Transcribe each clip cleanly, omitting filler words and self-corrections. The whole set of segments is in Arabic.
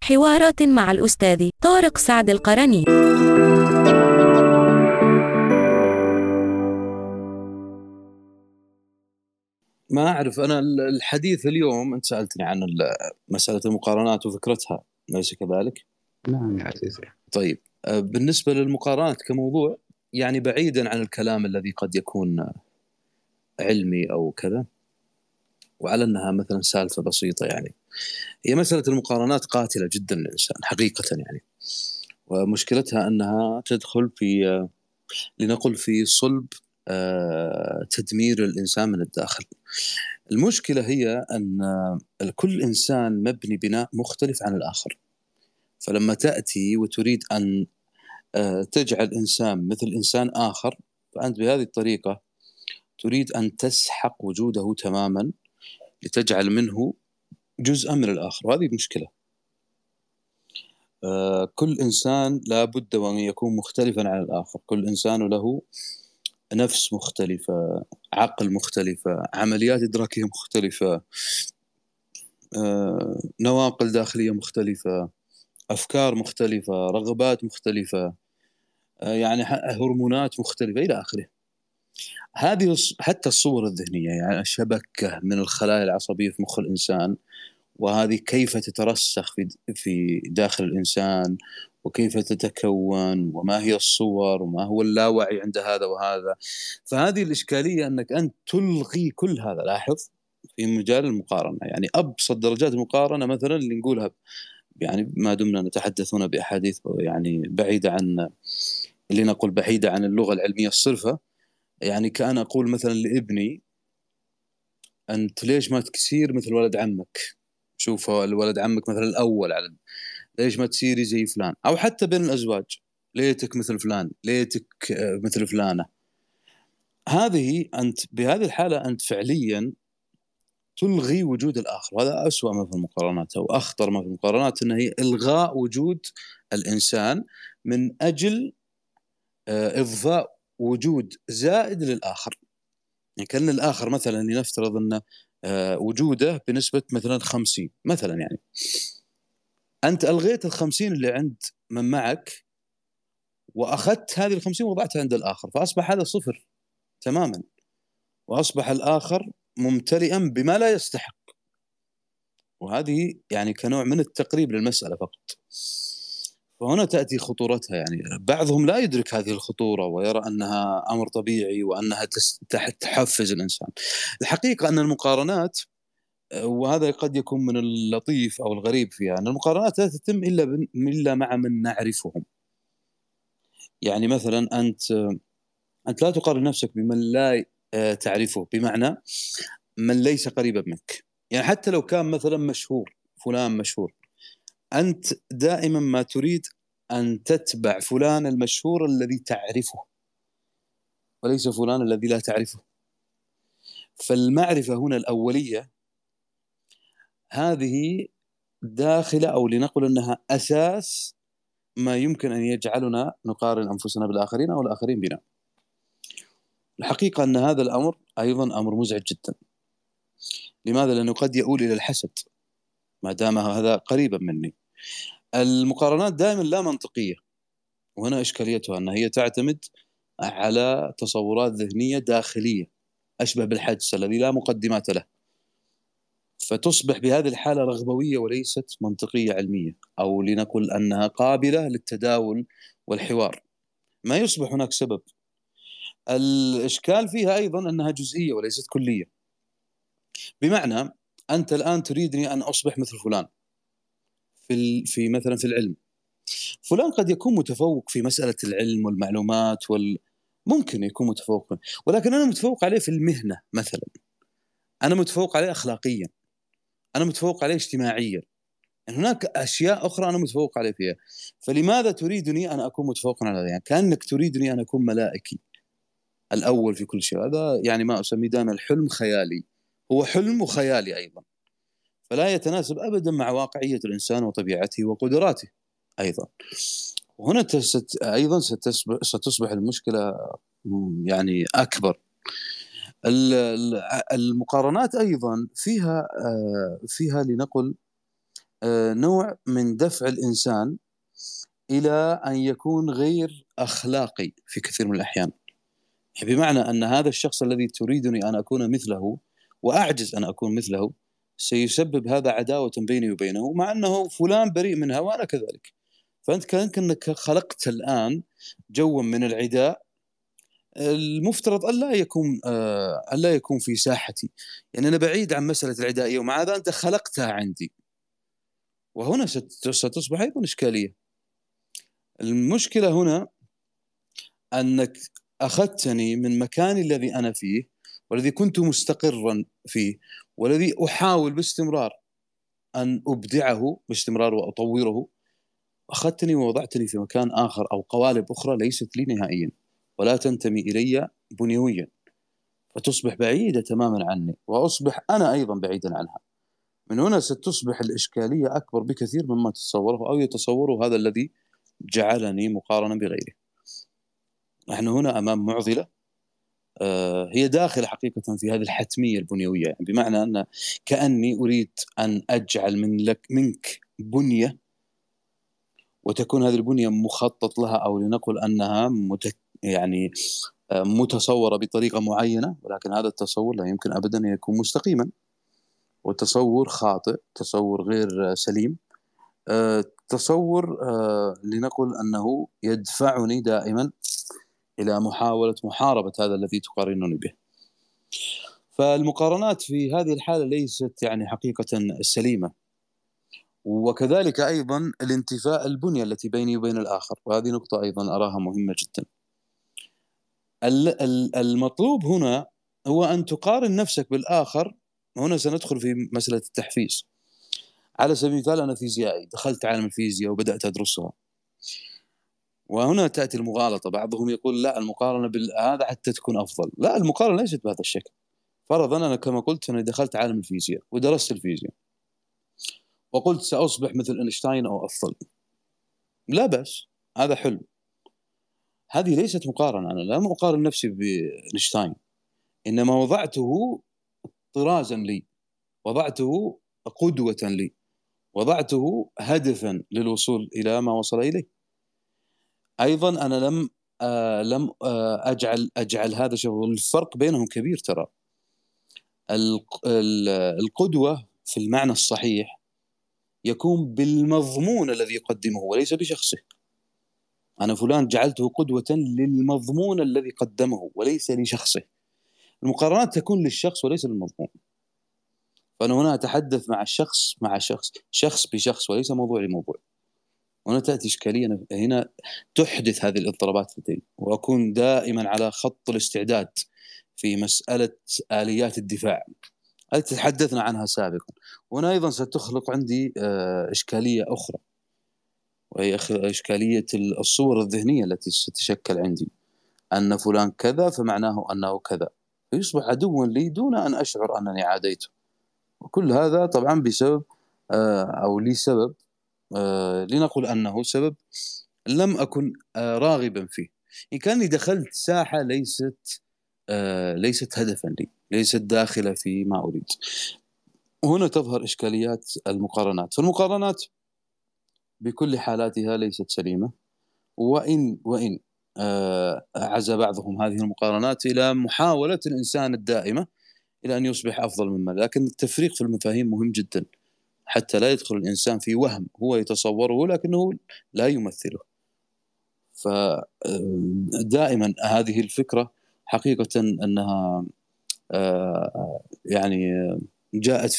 حوارات مع الأستاذ طارق سعد القرني. ما أعرف أنا الحديث اليوم أنت سألتني عن مسألة المقارنات وفكرتها، أليس كذلك؟ نعم يا عزيزي. طيب، بالنسبة للمقارنات كموضوع، يعني بعيدا عن الكلام الذي قد يكون علمي أو كذا، وعلى أنها مثلا سالفة بسيطة، يعني هي مسألة المقارنات قاتلة جدا للإنسان حقيقة يعني. ومشكلتها أنها تدخل في لنقل في صلب تدمير الإنسان من الداخل. المشكلة هي أن كل إنسان مبني بناء مختلف عن الآخر، فلما تأتي وتريد أن تجعل إنسان مثل إنسان آخر، فأنت بهذه الطريقة تريد أن تسحق وجوده تماما لتجعل منه جزءا من الآخر، وهذه مشكلة. كل إنسان لا بد وأن يكون مختلفا عن الآخر، كل إنسان له نفس مختلفة، عقل مختلفة، عمليات إدراكية مختلفة، نواقل داخلية مختلفة، أفكار مختلفة، رغبات مختلفة، يعني هرمونات مختلفة إلى آخره. هذه حتى الصور الذهنية، يعني شبكة من الخلايا العصبية في مخ الإنسان، وهذه كيف تترسخ في داخل الإنسان، وكيف تتكون، وما هي الصور، وما هو اللاوعي عند هذا وهذا. فهذه الإشكالية أنك أنت تلغي كل هذا. لاحظ في مجال المقارنة، يعني أبسط درجات المقارنة مثلا اللي نقولها، يعني ما دمنا نتحدث هنا بأحاديث يعني بعيدة عن اللي نقول بعيدة عن اللغة العلمية الصرفة، يعني كأن أقول مثلا لابني: أنت ليش ما تكسير مثل ولد عمك؟ شوف الولد عمك مثلا الأول على ليش ما تصيري زي فلان؟ أو حتى بين الأزواج: ليتك مثل فلان، ليتك مثل فلانة. هذه أنت بهذه الحالة أنت فعليا تلغي وجود الآخر، وهذا أسوأ ما في المقارنات، أو أخطر ما في المقارنات، أنها هي إلغاء وجود الإنسان من أجل إضفاء وجود زائد للآخر. يعني كان الآخر مثلا لنفترض أن وجوده بنسبة مثلا 50 مثلا، يعني أنت ألغيت ال50 اللي عند من معك، وأخذت هذه ال50 ووضعتها عند الآخر، فأصبح هذا صفر تماما، وأصبح الآخر ممتلئا بما لا يستحق. وهذه يعني كنوع من التقريب للمسألة فقط. فهنا تأتي خطورتها، يعني بعضهم لا يدرك هذه الخطورة ويرى أنها أمر طبيعي وأنها تحفز الإنسان. الحقيقة أن المقارنات، وهذا قد يكون من اللطيف أو الغريب فيها، أن المقارنات لا تتم إلا مع من نعرفهم. يعني مثلا أنت لا تقارن نفسك بمن لا تعرفه، بمعنى من ليس قريبا منك. يعني حتى لو كان مثلا مشهور، فلان مشهور، أنت دائما ما تريد أن تتبع فلان المشهور الذي تعرفه، وليس فلان الذي لا تعرفه. فالمعرفة هنا الأولية هذه داخلة، أو لنقل أنها أساس ما يمكن أن يجعلنا نقارن أنفسنا بالآخرين أو الآخرين بنا. الحقيقة أن هذا الأمر أيضا أمر مزعج جدا. لماذا؟ لأنه قد يؤول إلى الحسد ما دام هذا قريبا مني. المقارنات دائما لا منطقية، وهنا إشكاليتها أن هي تعتمد على تصورات ذهنية داخلية أشبه بالحدس الذي لا مقدمات له، فتصبح بهذه الحالة رغبوية وليست منطقية علمية، أو لنقل أنها قابلة للتداول والحوار، ما يصبح هناك سبب. الإشكال فيها أيضا أنها جزئية وليست كلية. بمعنى أنت الآن تريدني أن أصبح مثل فلان في مثلا في العلم. فلان قد يكون متفوق في مسألة العلم والمعلومات ممكن يكون متفوق، ولكن أنا متفوق عليه في المهنة مثلا، أنا متفوق عليه أخلاقيا، أنا متفوق عليه اجتماعيا، يعني هناك أشياء أخرى أنا متفوق عليه فيها. فلماذا تريدني أن أكون متفوقا على هذا؟ يعني كأنك تريدني أن أكون ملائكي الأول في كل شيء. هذا يعني ما أسميه دائما الحلم خيالي، هو حلم وخيالي أيضا، فلا يتناسب أبدا مع واقعية الإنسان وطبيعته وقدراته أيضا. وهنا أيضا ستصبح المشكلة يعني أكبر. المقارنات أيضا فيها لنقل نوع من دفع الإنسان إلى أن يكون غير أخلاقي في كثير من الأحيان، بمعنى أن هذا الشخص الذي تريدني أن أكون مثله وأعجز أن أكون مثله سيسبب هذا عداوة بيني وبينه، مع أنه فلان بريء منها وأنا كذلك. فأنت كأنك خلقت الآن جوا من العداء المفترض ألا يكون في ساحتي. يعني أنا بعيد عن مسألة العدائية، ومع هذا أنت خلقتها عندي، وهنا ستصبح أيضا إشكالية. المشكلة هنا أنك أخذتني من مكاني الذي أنا فيه، والذي كنت مستقرا فيه، والذي أحاول باستمرار أن أبدعه باستمرار وأطوره، أخذتني ووضعتني في مكان آخر أو قوالب أخرى ليست لي نهائيا ولا تنتمي إلي بنيويا، فتصبح بعيدة تماما عني، وأصبح أنا أيضا بعيدا عنها. من هنا ستصبح الإشكالية أكبر بكثير مما تتصوره أو يتصوره هذا الذي جعلني مقارنا بغيره. نحن هنا أمام معضلة هي داخلة حقيقة في هذه الحتمية البنيوية، يعني بمعنى أن كأني أريد أن أجعل منك بنية، وتكون هذه البنية مخطط لها، أو لنقل أنها يعني متصورة بطريقة معينة، ولكن هذا التصور لا يمكن أبدا أن يكون مستقيما، وتصور خاطئ، تصور غير سليم، تصور لنقل أنه يدفعني دائما إلى محاولة محاربة هذا الذي تقارنني به. فالمقارنات في هذه الحالة ليست يعني حقيقة سليمة، وكذلك أيضا الانتفاء البنية التي بيني وبين الآخر، وهذه نقطة أيضا أراها مهمة جدا. المطلوب هنا هو أن تقارن نفسك بالآخر. هنا سندخل في مسألة التحفيز. على سبيل المثال أنا فيزيائي، دخلت عالم الفيزياء وبدأت أدرسها، وهنا تأتي المغالطة. بعضهم يقول لا، المقارنة بالهذا حتى تكون أفضل. لا، المقارنة ليست بهذا الشكل. فرضا أنا كما قلت أنا دخلت عالم الفيزياء ودرست الفيزياء وقلت سأصبح مثل أينشتاين أو أفضل، لا بأس، هذا حلم. هذه ليست مقارنة، أنا لا أقارن نفسي بأينشتاين، إنما وضعته طرازا لي، وضعته قدوة لي، وضعته هدفا للوصول إلى ما وصل إليه. أيضا أنا لم أجعل هذا شغل. الفرق بينهم كبير ترى. القدوة في المعنى الصحيح يكون بالمضمون الذي يقدمه وليس بشخصه. أنا فلان جعلته قدوة للمضمون الذي قدمه وليس لشخصه. المقارنات تكون للشخص وليس للمضمون. فأنا هنا أتحدث مع الشخص، شخص بشخص وليس موضوع لموضوع. هنا تأتي إشكالية، هنا تحدث هذه الاضطرابات لدي، وأكون دائما على خط الاستعداد في مسألة آليات الدفاع التي تحدثنا عنها سابقا. وهنا أيضا ستخلق عندي إشكالية أخرى، وهي إشكالية الصور الذهنية التي ستتشكل عندي، أن فلان كذا فمعناه أنه كذا، فيصبح عدوا لي دون أن أشعر أنني عاديته. وكل هذا طبعا بسبب أو لسبب لنقل أنه سبب لم أكن راغبا فيه. إن كاني دخلت ساحة ليست هدفا لي، ليست داخلة في ما أريد. هنا تظهر إشكاليات المقارنات. فالمقارنات بكل حالاتها ليست سليمة، وإن عزى بعضهم هذه المقارنات إلى محاولة الإنسان الدائمة إلى أن يصبح أفضل مما، لكن التفريق في المفاهيم مهم جدا حتى لا يدخل الإنسان في وهم هو يتصوره لكنه لا يمثله. فدائما هذه الفكرة حقيقة أنها يعني جاءت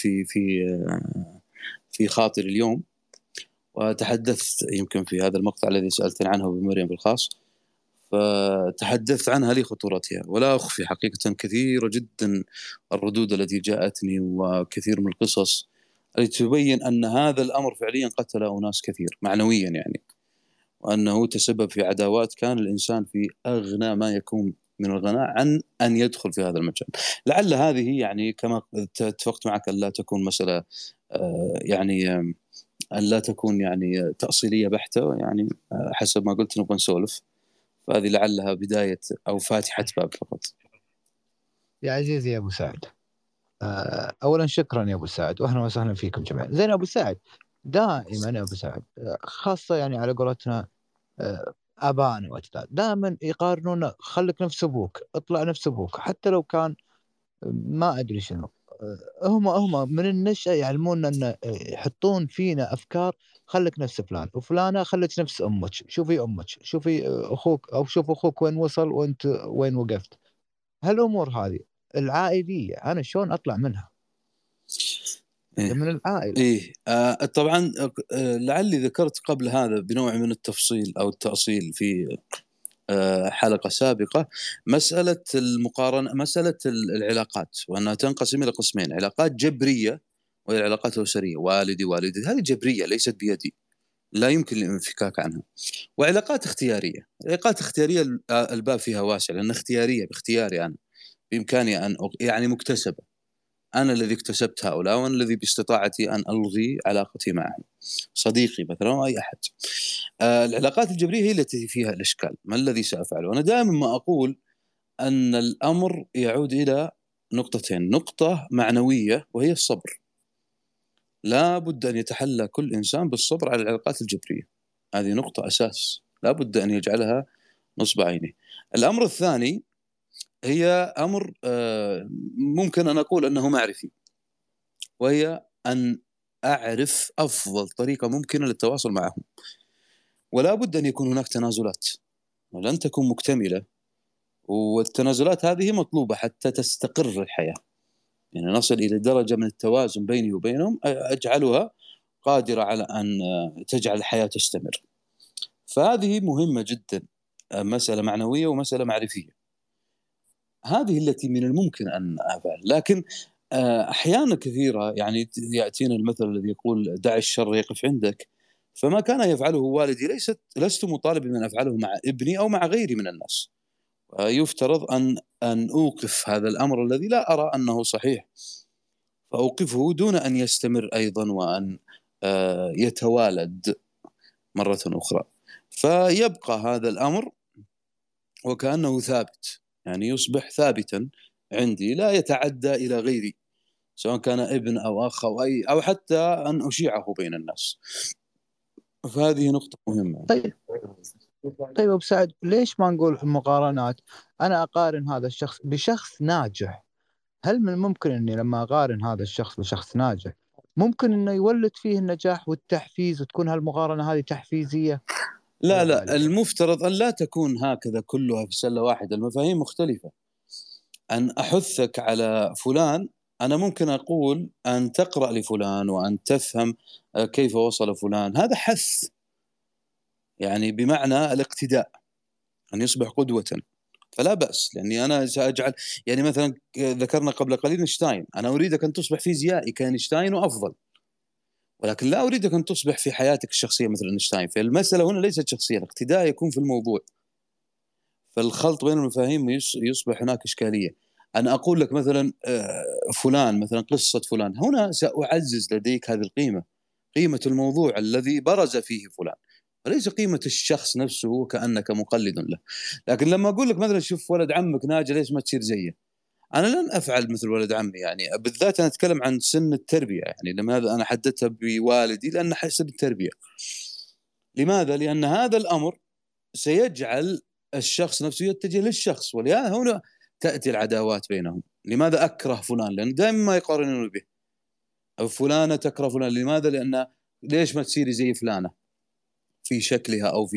في خاطر اليوم، وتحدثت يمكن في هذا المقطع الذي سألتني عنه بمريم بالخاص، فتحدثت عنها لخطورتها. ولا أخفي حقيقة كثيرة جدا الردود التي جاءتني وكثير من القصص التي تبين أن هذا الأمر فعليا قتل أناس كثير معنويا يعني، وأنه تسبب في عداوات. كان الإنسان في أغنى ما يكون من الغناء عن أن يدخل في هذا المجال. لعل هذه يعني كما اتفقت معك أن لا تكون مسألة يعني أن لا تكون يعني تأصيلية بحتة، يعني حسب ما قلت نبغى نسولف، فهذه لعلها بداية أو فاتحة باب فقط. يا عزيزي يا أبو سعد، أولا شكرا يا أبو سعد، وأهلا وسهلا فيكم جميعا. زين أبو سعد، دائما يا ابو سعد، خاصه يعني على قولتنا ابائنا واجداد دائما يقارنون، خليك نفس ابوك، اطلع نفس ابوك، حتى لو كان ما ادري شنو. هم من النشأة يعلمونا ان يحطون فينا افكار، خليك نفس فلان وفلانه، خليك نفس امك، شوفي امك، شوفي اخوك، او شوف اخوك وين وصل وانت وين وقفت. هالامور هذه العائليه انا شلون اطلع منها؟ إيه. من العائله. إيه طبعا لعلي ذكرت قبل هذا بنوع من التفصيل أو التأصيل في حلقة سابقة مسألة المقارنة، مسألة العلاقات، وأنها تنقسم إلى قسمين: علاقات جبرية وهي العلاقات الأسرية، والدي والدتي، هذه جبرية ليست بيدي، لا يمكن الانفكاك عنها. وعلاقات اختيارية، علاقات اختيارية الباب فيها واسع، لأن اختيارية باختياري أنا، بإمكاني أن يعني مكتسبة، أنا الذي اكتسبت هؤلاء، وأنا الذي باستطاعتي أن ألغي علاقتي معهم، صديقي مثلا أو أي أحد. العلاقات الجبرية هي التي فيها الإشكال. ما الذي سأفعله؟ أنا دائما ما أقول أن الأمر يعود إلى نقطتين: نقطة معنوية وهي الصبر. لا بد أن يتحلى كل إنسان بالصبر على العلاقات الجبرية، هذه نقطة أساس لا بد أن يجعلها نصب عينه. الأمر الثاني هي أمر ممكن أن أقول أنه معرفي، وهي أن أعرف أفضل طريقة ممكنة للتواصل معهم. ولا بد أن يكون هناك تنازلات، ولن تكون مكتملة، والتنازلات هذه مطلوبة حتى تستقر الحياة، يعني نصل إلى درجة من التوازن بيني وبينهم أجعلها قادرة على أن تجعل الحياة تستمر. فهذه مهمة جدا، مسألة معنوية ومسألة معرفية، هذه التي من الممكن أن أفعل. لكن أحيانا كثيرة يعني يأتينا المثل الذي يقول: دع الشر يقف عندك. فما كان يفعله والدي لست مطالب بأن أفعله مع ابني أو مع غيري من الناس. يفترض أن أوقف هذا الأمر الذي لا أرى أنه صحيح، فأوقفه دون أن يستمر أيضا وأن يتوالد مرة أخرى. فيبقى هذا الأمر وكأنه ثابت، يعني يصبح ثابتا عندي، لا يتعدى إلى غيري، سواء كان ابن أو أخ أو حتى أن أشيعه بين الناس. فهذه نقطة مهمة. طيب، طيب ابو سعد، ليش ما نقول المقارنات؟ انا اقارن هذا الشخص بشخص ناجح، هل من الممكن اني لما اقارن هذا الشخص بشخص ناجح ممكن انه يولد فيه النجاح والتحفيز، وتكون هالمقارنة هذه تحفيزية؟ لا ولا لا، بالك؟ المفترض أن لا تكون هكذا كلها في سلة واحدة، المفاهيم مختلفة. أن أحثك على فلان، أنا ممكن أقول أن تقرأ لفلان وأن تفهم كيف وصل فلان، هذا حث، يعني بمعنى الاقتداء، أن يصبح قدوة، فلا بأس. لأني أنا سأجعل، يعني مثلا ذكرنا قبل قليل اينشتاين، أنا أريدك أن تصبح فيزيائي كاينشتاين وأفضل، ولكن لا أريدك أن تصبح في حياتك الشخصية مثل اينشتاين. فالمسألة هنا ليست شخصية، الاقتداء يكون في الموضوع، فالخلط بين المفاهيم يصبح هناك إشكالية. أنا أقول لك مثلا فلان، مثلا قصة فلان، هنا سأعزز لديك هذه القيمة، قيمة الموضوع الذي برز فيه فلان، وليس قيمة الشخص نفسه كأنك مقلد له. لكن لما أقول لك مثلا شوف ولد عمك ناجي، ليش ما تصير زيه؟ أنا لن أفعل مثل ولد عمي، يعني بالذات أنا أتكلم عن سن التربية. يعني لماذا أنا حددتها بوالدي؟ لأن سن التربية. لماذا؟ لأن هذا الأمر سيجعل الشخص نفسه يتجه للشخص، ولهذا هنا تأتي العداوات بينهم. لماذا أكره فلان؟ لأن دائما ما يقارنون به. أو فلانة تكره فلان، لماذا؟ لأن ليش ما تصيري زي فلانة في شكلها أو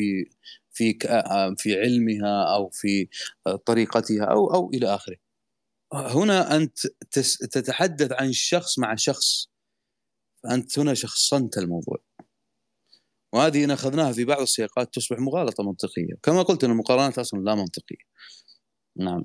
في علمها أو في طريقتها أو إلى آخره. هنا أنت تتحدث عن شخص مع شخص، فأنت هنا شخصنت الموضوع، وهذه إن أخذناها في بعض السياقات تصبح مغالطة منطقية. كما قلت أن المقارنات أصلا لا منطقية. نعم.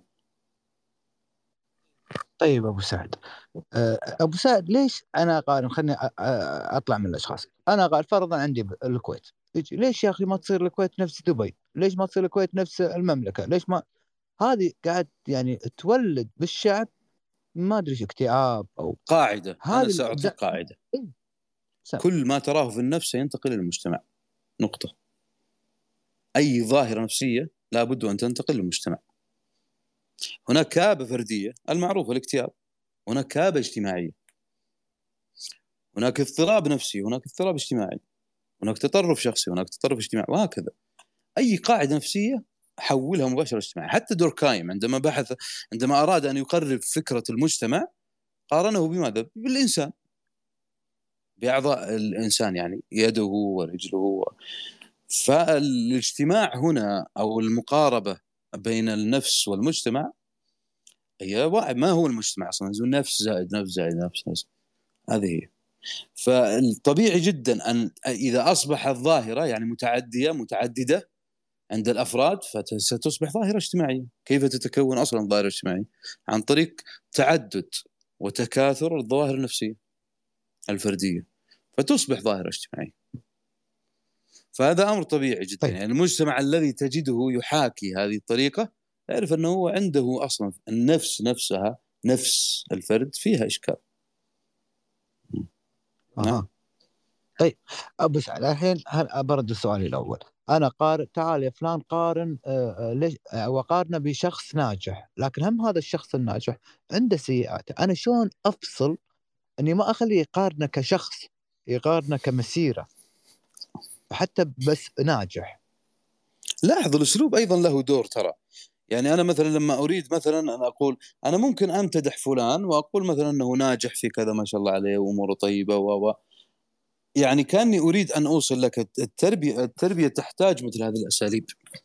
طيب ابو سعد، ابو سعد، ليش انا اقارن؟ خليني اطلع من الاشخاص. انا قال فرضا عندي الكويت، ليش يا اخي ما تصير الكويت نفس دبي؟ ليش ما تصير الكويت نفس المملكه؟ ليش ما؟ هذه قاعد يعني تولد بالشعب ما ادري اكتئاب او قاعدة، أنا هذه سأعطيك قاعدة: إيه، كل ما تراه في النفس سينتقل إلى المجتمع، نقطة. أي ظاهرة نفسية لا بد أن تنتقل للمجتمع. هناك كآبة فردية المعروفة الاكتئاب، هناك كآبة اجتماعية، هناك اضطراب نفسي، هناك اضطراب اجتماعي، هناك تطرف شخصي، هناك تطرف اجتماعي، وهكذا. أي قاعدة نفسية حولها مباشرة اجتماعي. حتى دوركايم عندما بحث، عندما أراد أن يقرب فكرة المجتمع، قارنه بماذا؟ بالإنسان، بأعضاء الإنسان، يعني يده ورجله. فالاجتماع هنا أو المقاربة بين النفس والمجتمع هي واحد. ما هو المجتمع أصلا؟ نفس زائد نفس زائد نفس. هذه هي. فالطبيعي جدا أن إذا أصبحت ظاهرة يعني متعددة عند الأفراد، فستصبح ظاهرة اجتماعية. كيف تتكون أصلا ظاهرة اجتماعية؟ عن طريق تعدد وتكاثر الظواهر النفسية الفردية، فتصبح ظاهرة اجتماعية. فهذا أمر طبيعي جدا. طيب. يعني المجتمع الذي تجده يحاكي هذه الطريقة، يعرف أنه عنده أصلا النفس نفسها، نفس الفرد فيها إشكال. نعم. طيب ابو سعد، الحين برد السؤال الاول. انا قارن، تعال يا فلان قارن، ليش وقارنه بشخص ناجح، لكن هم هذا الشخص الناجح عنده سيئات. انا شلون افصل اني ما اخليه يقارنه كشخص، يقارنه كمسيره حتى بس ناجح؟ لاحظ الأسلوب أيضا له دور ترى. يعني أنا مثلا لما أريد مثلا أن أقول، أنا ممكن أمتدح فلان وأقول مثلا أنه ناجح في كذا ما شاء الله عليه وأموره طيبة يعني كأني أريد أن أوصل لك التربية تحتاج مثل هذه الأساليب،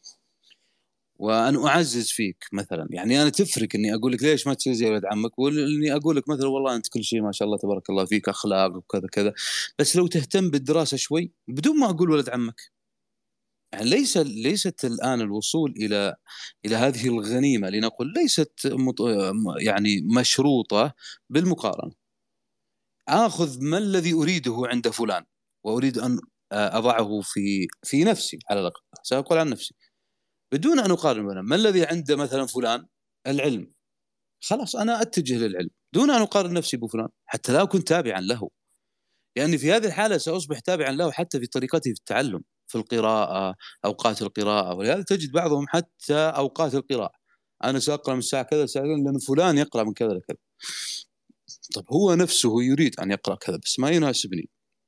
وأن أعزز فيك مثلا. يعني أنا تفرق إني أقول لك ليش ما تصير زي ولد عمك، وإني أقول لك مثلا والله أنت كل شيء ما شاء الله تبارك الله فيك أخلاق وكذا كذا، بس لو تهتم بالدراسة شوي بدون ما أقول ولد عمك. يعني ليست الآن الوصول إلى هذه الغنيمة لنقول ليست يعني مشروطة بالمقارنة. آخذ ما الذي أريده عند فلان وأريد أن أضعه في نفسي، على الأقل سأقول عن نفسي بدون أن أقارن بينهم. ما الذي عند مثلا فلان؟ العلم. خلاص أنا أتجه للعلم دون أن أقارن نفسي بفلان، حتى لا أكون تابعا له. لأني في هذه الحالة سأصبح تابعا له حتى في طريقته في التعلم، في القراءة، أوقات القراءة. ولهذا تجد بعضهم حتى أوقات القراءة، أنا سأقرأ من الساعة كذا ساعة كذا لأن فلان يقرأ من كذا لكذا. طب هو نفسه يريد أن يقرأ كذا بس ما يناسبني.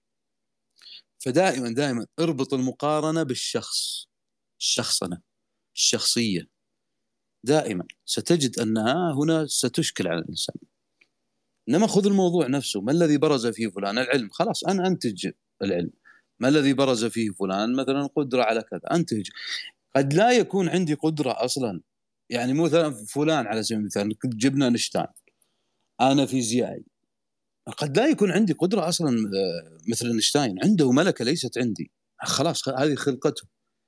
فدائما اربط المقارنة بالشخص، الشخصنة، الشخصية. دائما ستجد أنها هنا ستشكل على الإنسان. إنما خذ الموضوع نفسه، ما الذي برز فيه فلان؟ العلم. خلاص أنا أنتج العلم. ما الذي برز فيه فلان؟ مثلا قدرة على كذا، أنتج. قد لا يكون عندي قدرة أصلا. يعني مثلا فلان على سبيل المثال جبنا أينشتاين، أنا فيزيائي، قد لا يكون عندي قدرة أصلا مثل أينشتاين، عنده ملكة ليست عندي. خلاص هذه خلقته.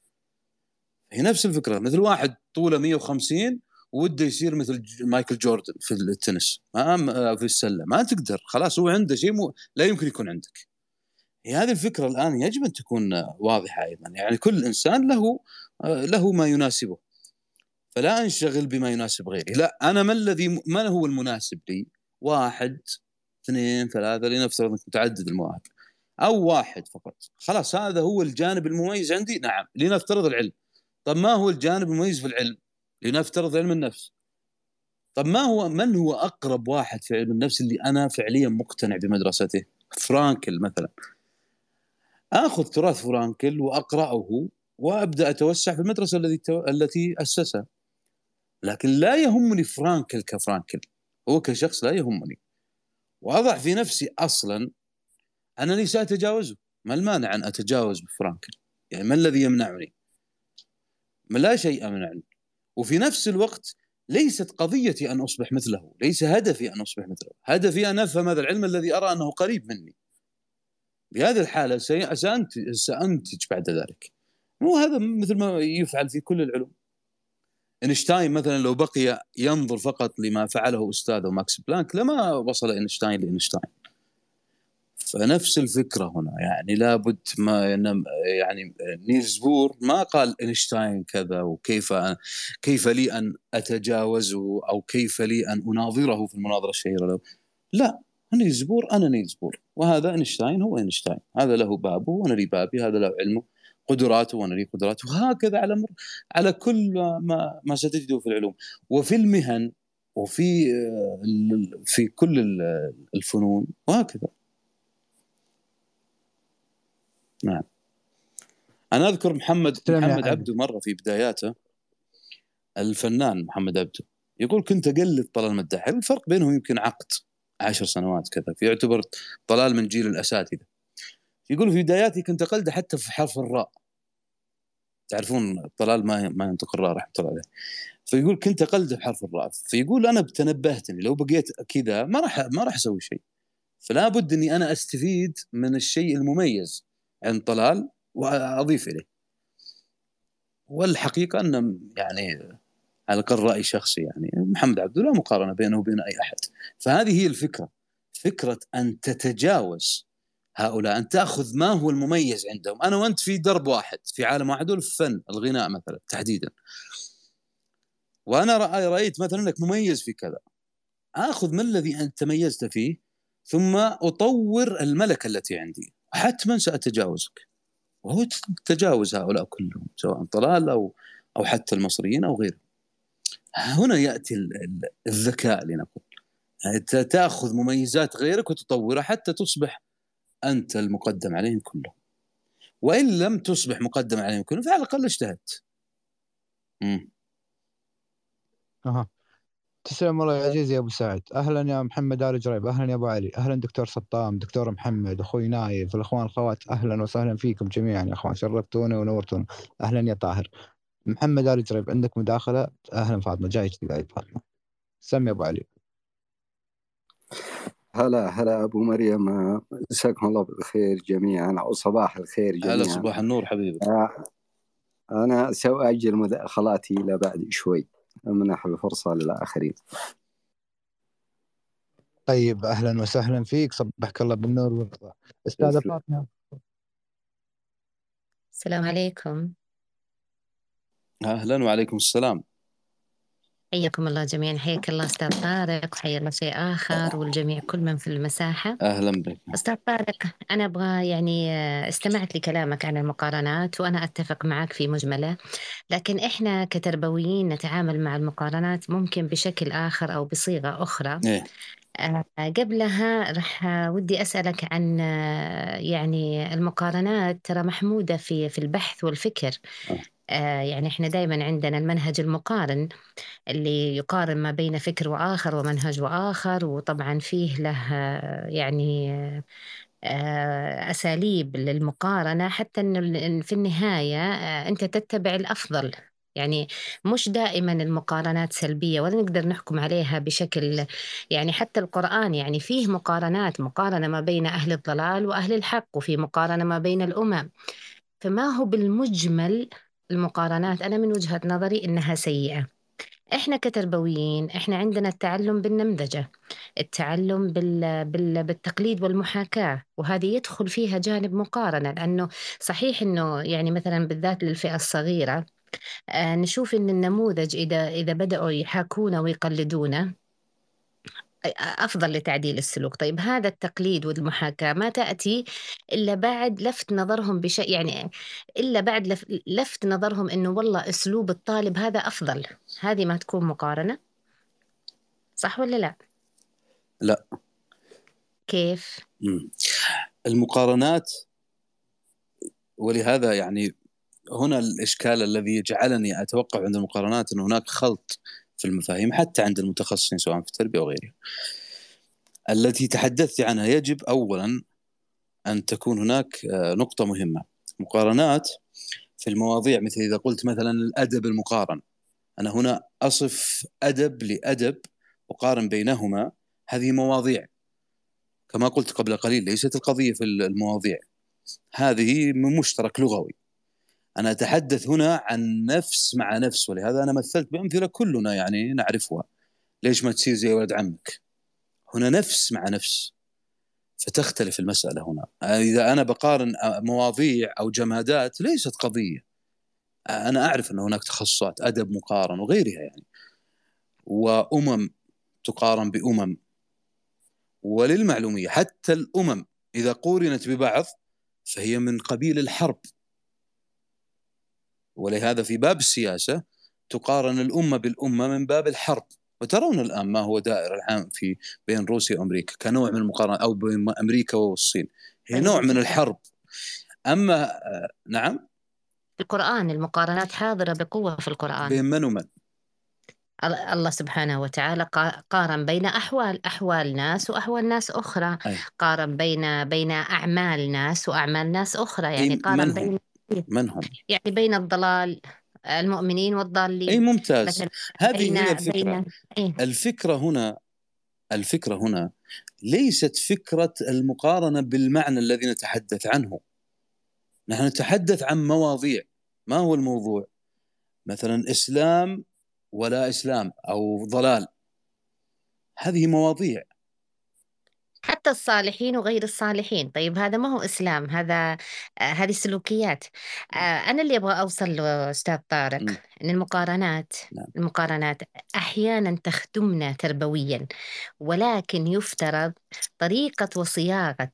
هي نفس الفكرة، مثل واحد طوله 150 وده يصير مثل مايكل جوردن في التنس، في السلة، ما تقدر. خلاص هو عنده شيء لا يمكن يكون عندك. هي هذه الفكرة الآن يجب أن تكون واضحة أيضا. يعني كل إنسان له ما يناسبه، فلا أنشغل بما يناسب غيري. لا، أنا ما هو المناسب لي؟ 1 2 3، لنفترض أنك متعدد المواهب، أو واحد فقط. خلاص هذا هو الجانب المميز عندي. نعم، لنفترض العلم. طب ما هو الجانب المميز في العلم؟ لنفترض علم النفس. طب من هو أقرب واحد في علم النفس اللي أنا فعليا مقتنع بمدرسته؟ فرانكل مثلا. آخذ تراث فرانكل وأقرأه وأبدأ أتوسع في المدرسة التي أسسها. لكن لا يهمني فرانكل كفرانكل، هو كشخص لا يهمني. وأضع في نفسي أصلا أنني سأتجاوزه. ما المانع أن أتجاوز بفرانكل؟ يعني ما الذي يمنعني؟ ما لا شيء يمنعني. وفي نفس الوقت ليست قضيتي أن أصبح مثله، ليس هدفي أن أصبح مثله، هدفي أن أفهم هذا العلم الذي أرى أنه قريب مني. بهذه الحالة سأنتج بعد ذلك. وهذا مثل ما يفعل في كل العلوم. اينشتاين مثلا لو بقي ينظر فقط لما فعله أستاذه ماكس بلانك لما وصل اينشتاين لإينشتاين. فنفس الفكرة هنا. يعني لابد ما يعني نيلز بور ما قال اينشتاين كذا كيف لي أن أتجاوزه أو كيف لي أن أناظره في المناظرة الشهيرة له. لا، نيلز بور أنا نيلز بور، وهذا اينشتاين هو اينشتاين. هذا له بابه وأنا لي بابي، هذا له علمه قدراته وأنا لي قدراته، وهكذا على كل ما ستجده في العلوم وفي المهن وفي في كل الفنون وهكذا. نعم. أنا أذكر محمد تسلم يا حبيبي. عبده مرة في بداياته، الفنان محمد عبده يقول كنت أقلد طلال مداح، الفرق بينهم يمكن عقد 10 سنوات كذا، فيعتبر طلال من جيل الأساتذة. يقول في بداياتي كنت أقلده حتى في حرف الراء، تعرفون طلال ما ينطق الراء رحمة الله عليه، فيقول كنت أقلده بحرف الراء. فيقول أنا تنبهتني لو بقيت كذا ما راح أسوي شيء، فلا بد أني أنا أستفيد من الشيء المميز عند طلال وأضيف إليه. والحقيقة أن يعني على الأقل رأي شخصي، يعني محمد عبده لا مقارنة بينه وبين أي أحد. فهذه هي الفكرة، فكرة أن تتجاوز هؤلاء، أن تأخذ ما هو المميز عندهم. أنا وأنت في درب واحد، في عالم واحد، والفن الغناء مثلا تحديدا، وأنا رأيت مثلا أنك مميز في كذا، أخذ ما الذي أنت تميزت فيه ثم أطور الملكة التي عندي، حتما سأتجاوزك. وهو تجاوز هؤلاء كلهم سواء طلال أو حتى المصريين أو غيرهم. هنا يأتي الذكاء لنقول، يعني تأخذ مميزات غيرك وتطورها حتى تصبح أنت المقدم عليهم كلهم، وإن لم تصبح مقدم عليهم كلهم فعلى الأقل اجتهدت. تسلم الله يا عزيزي يا أبو سعد. أهلا يا محمد آل جريب، أهلا يا أبو علي، أهلا دكتور سطام، دكتور محمد، أخوي نايف، الأخوان الأخوات، أهلا وسهلا فيكم جميعا يا أخوان، شرفتوني ونورتونا. أهلا يا طاهر. محمد آل جريب عندك مداخلة؟ أهلا فاطمة، جاي جديد فاطمة. سمي أبو علي. هلا أبو مريم، مساكم الله بالخير جميعا، أو صباح الخير جميعا. هلا صباح النور حبيبي. أنا سأؤجل مداخلاتي إلى بعد شوي، أمنح الفرصة للآخرين. طيب أهلا وسهلا فيك، صبحك الله بالنور والرضا. أستاذة فاطمة. السلام عليكم. أهلا وعليكم السلام. حياكم الله جميعا، حياك الله أستاذ طارق، وحيا الله شيء آخر والجميع كل من في المساحة. أهلا بك أستاذ طارق، أنا أبغى يعني استمعت لكلامك عن المقارنات وأنا أتفق معك في مجمله، لكن إحنا كتربويين نتعامل مع المقارنات ممكن بشكل آخر أو بصيغة أخرى. قبلها رح ودي أسألك عن يعني المقارنات ترى محمودة في البحث والفكر. يعني إحنا دائما عندنا المنهج المقارن اللي يقارن ما بين فكر وآخر ومنهج وآخر، وطبعا فيه له يعني أساليب للمقارنة، حتى إنه في النهاية أنت تتبع الأفضل. يعني مش دائما المقارنات سلبية ولا نقدر نحكم عليها بشكل، يعني حتى القرآن يعني فيه مقارنة ما بين أهل الضلال وأهل الحق، وفي مقارنة ما بين الأمم. فما هو بالمجمل المقارنات أنا من وجهة نظري إنها سيئة. إحنا كتربويين إحنا عندنا التعلم بالنمذجة، التعلم بالتقليد والمحاكاة، وهذه يدخل فيها جانب مقارنة، لأنه صحيح إنه يعني مثلا بالذات للفئة الصغيرة نشوف إن النموذج إذا بدأوا يحاكونه ويقلدونه أفضل لتعديل السلوك. طيب هذا التقليد والمحاكاة ما تأتي إلا بعد لفت نظرهم بشيء، يعني إلا بعد لفت نظرهم إنه والله أسلوب الطالب هذا أفضل. هذه ما تكون مقارنة، صح ولا لا؟ لا. كيف؟ المقارنات، ولهذا يعني هنا الإشكال الذي يجعلني أتوقع عند المقارنات أن هناك خلط في المفاهيم حتى عند المتخصصين سواء في التربية أو غيرها. التي تحدثت عنها يجب أولا أن تكون هناك نقطة مهمة. مقارنات في المواضيع، مثل إذا قلت مثلا الأدب المقارن، أنا هنا أصف أدب لأدب وقارن بينهما، هذه مواضيع كما قلت قبل قليل، ليست القضية في المواضيع، هذه من مشترك لغوي. أنا أتحدث هنا عن نفس مع نفس، ولهذا أنا مثلت بأمثلة كلنا يعني نعرفها. ليش ما تصير زي ولد عمك؟ هنا نفس مع نفس، فتختلف المسألة هنا. إذا أنا بقارن مواضيع أو جمادات ليست قضية. أنا أعرف أن هناك تخصصات أدب مقارن وغيرها يعني، وأمم تقارن بأمم. وللمعلومية حتى الأمم إذا قورنت ببعض فهي من قبيل الحرب، ولهذا في باب السياسة تقارن الأمة بالأمة من باب الحرب. وترون الآن ما هو دائر الآن في بين روسيا وأمريكا كنوع من المقارنة، أو بين أمريكا والصين، هي نوع من الحرب. أما نعم، القرآن المقارنات حاضرة بقوة في القرآن. بين من ومن؟ الله سبحانه وتعالى قارن بين أحوال ناس وأحوال ناس أخرى، أي. قارن بين أعمال ناس وأعمال ناس أخرى، يعني أي قارن من هم؟ يعني بين الضلال المؤمنين أي والضالين ممتاز. مثلا. هذه هنا الفكرة. إيه؟ الفكرة هنا ليست فكرة المقارنة بالمعنى الذي نتحدث عنه. نحن نتحدث عن مواضيع. ما هو الموضوع؟ مثلا إسلام ولا إسلام، أو ضلال. هذه مواضيع. حتى الصالحين وغير الصالحين. طيب هذا ما هو إسلام، هذه سلوكيات. أنا اللي أبغى أوصل له أستاذ طارق أن نعم. المقارنات أحيانا تخدمنا تربويا، ولكن يفترض طريقة وصياغة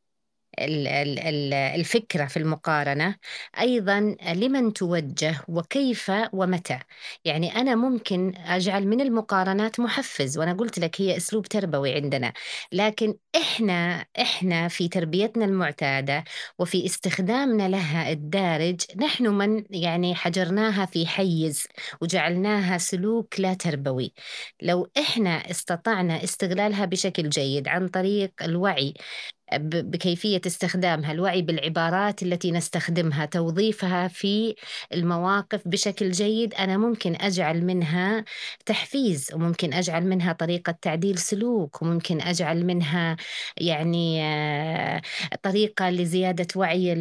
الفكرة في المقارنة أيضا لمن توجه وكيف ومتى. يعني أنا ممكن أجعل من المقارنات محفز، وأنا قلت لك هي أسلوب تربوي عندنا، لكن إحنا في تربيتنا المعتادة وفي استخدامنا لها الدارج، نحن من يعني حجرناها في حيز وجعلناها سلوك لا تربوي. لو إحنا استطعنا استغلالها بشكل جيد عن طريق الوعي بكيفية استخدامها، الوعي بالعبارات التي نستخدمها، توظيفها في المواقف بشكل جيد، أنا ممكن أجعل منها تحفيز، وممكن أجعل منها طريقة تعديل سلوك، وممكن أجعل منها يعني طريقة لزيادة وعي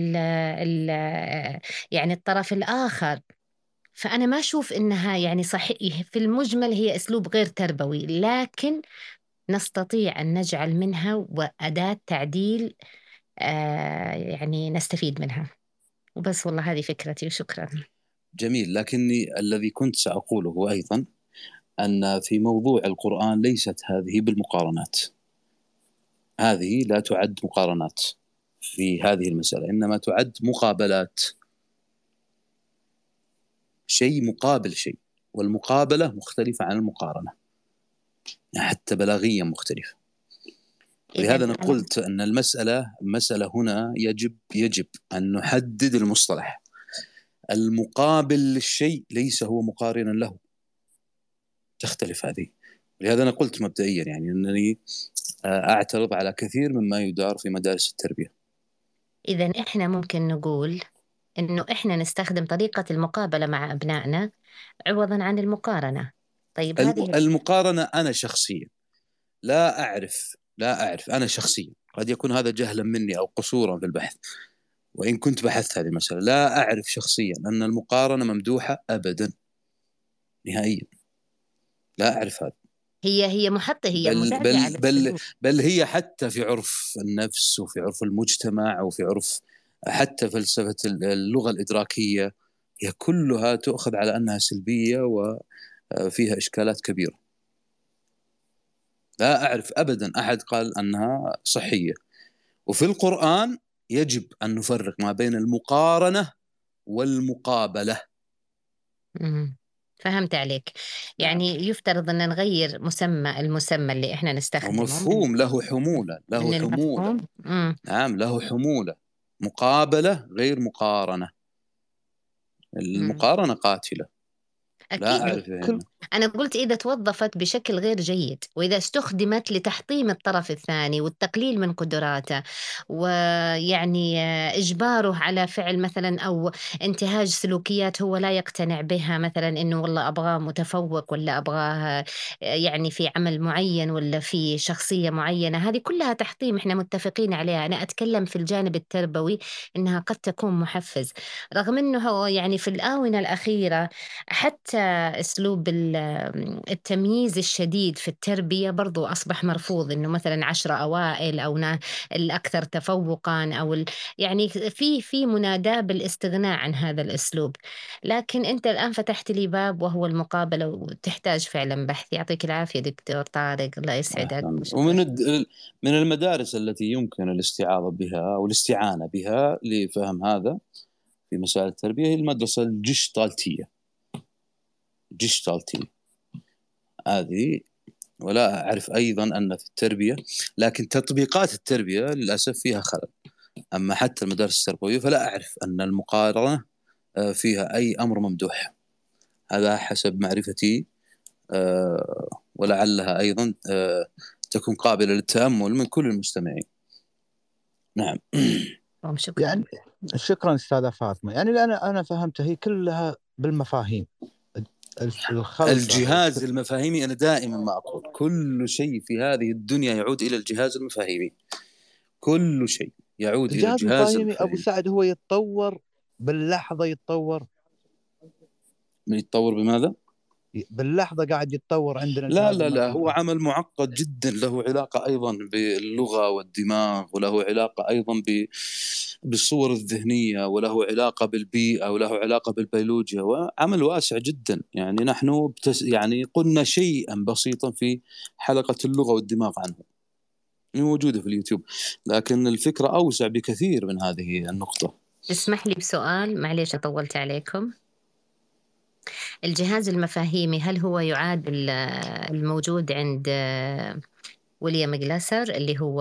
يعني الطرف الآخر. فأنا ما أشوف إنها يعني صحيح في المجمل هي أسلوب غير تربوي، لكن نستطيع أن نجعل منها وأداة تعديل يعني نستفيد منها. وبس، والله هذه فكرتي وشكرا. جميل. لكني الذي كنت سأقوله أيضا أن في موضوع القرآن ليست هذه بالمقارنات. هذه لا تعد مقارنات في هذه المسألة، إنما تعد مقابلات. شيء مقابل شيء، والمقابلة مختلفة عن المقارنة، حتى بلاغيا مختلفة. ولهذا أنا قلت أن المسألة هنا يجب أن نحدد المصطلح. المقابل للشيء ليس هو مقارنا له، تختلف هذه. ولهذا أنا قلت مبدئيا يعني أنني أعترض على كثير مما يدار في مدارس التربية. إذن إحنا ممكن نقول إنه إحنا نستخدم طريقة المقابلة مع أبنائنا عوضا عن المقارنة. طيب المقارنة أنا شخصيا لا أعرف أنا شخصيا، قد يكون هذا جهلا مني أو قصورا في البحث، وإن كنت بحثت هذه المسألة، لا أعرف شخصيا أن المقارنة ممدوحة أبدا نهائيا. لا أعرف هذا. هي محطة، هي بل هي حتى في عرف النفس وفي عرف المجتمع وفي عرف حتى فلسفة اللغة الإدراكية، هي كلها تؤخذ على أنها سلبية وفيها إشكالات كبيرة. لا أعرف أبدا أحد قال أنها صحية. وفي القرآن يجب أن نفرق ما بين المقارنة والمقابلة. فهمت عليك. يعني يفترض أن نغير المسمى اللي إحنا نستخدمه. ومفهوم له حمولة. نعم، له حمولة. مقابلة غير مقارنة. المقارنة قاتلة. أكيد. لا أعرف. أنا قلت إذا توظفت بشكل غير جيد، وإذا استخدمت لتحطيم الطرف الثاني والتقليل من قدراته، ويعني إجباره على فعل مثلا أو انتهاج سلوكيات هو لا يقتنع بها، مثلا إنه والله أبغاه متفوق، ولا أبغاه يعني في عمل معين، ولا في شخصية معينة، هذه كلها تحطيم إحنا متفقين عليها. أنا أتكلم في الجانب التربوي إنها قد تكون محفز، رغم إنه يعني في الآونة الأخيرة حتى أسلوب التمييز الشديد في التربية برضو أصبح مرفوض، إنه مثلا 10 أوائل أو الأكثر تفوقا، أو يعني في مناداة بالاستغناء عن هذا الأسلوب. لكن أنت الآن فتحت لي باب وهو المقابلة، وتحتاج فعلا بحث. يعطيك العافية دكتور طارق، الله يسعدك. من المدارس التي يمكن الاستعاضة بها أو الاستعانة بها لفهم هذا في مسائل التربية هي المدرسة الجشتالتية هذه. ولا أعرف أيضا أن في التربية، لكن تطبيقات التربية للأسف فيها خلل. أما حتى المدارس التربوية فلا أعرف أن المقارنة فيها أي أمر ممدوح. هذا حسب معرفتي، ولعلها أيضا تكون قابلة للتأمل من كل المستمعين. نعم. شكرا. يعني شكرا أستاذة فاطمة. يعني أنا فهمت هي كلها بالمفاهيم الخلطة. الجهاز المفاهيمي، أنا دائما ما أقول كل شيء في هذه الدنيا يعود إلى الجهاز المفاهيمي، كل شيء يعود إلى الجهاز الجهاز المفاهيمي أبو سعد هو يتطور باللحظة، يتطور بماذا؟ باللحظة قاعد يتطور عندنا لا الجهاز لا لا، المفاهيمي. هو عمل معقد جدا، له علاقة أيضا باللغة والدماغ، وله علاقة أيضا بالصور الذهنية، وله علاقة بالبيئة، وله علاقة بالبيولوجيا، وعمل واسع جدا. يعني نحن يعني قلنا شيئا بسيطا في حلقة اللغة والدماغ عنه، موجودة في اليوتيوب، لكن الفكرة أوسع بكثير من هذه النقطة. اسمح لي بسؤال، معليش طولت عليكم. الجهاز المفاهيمي هل هو يعادل الموجود عند ويليام جلاسر اللي هو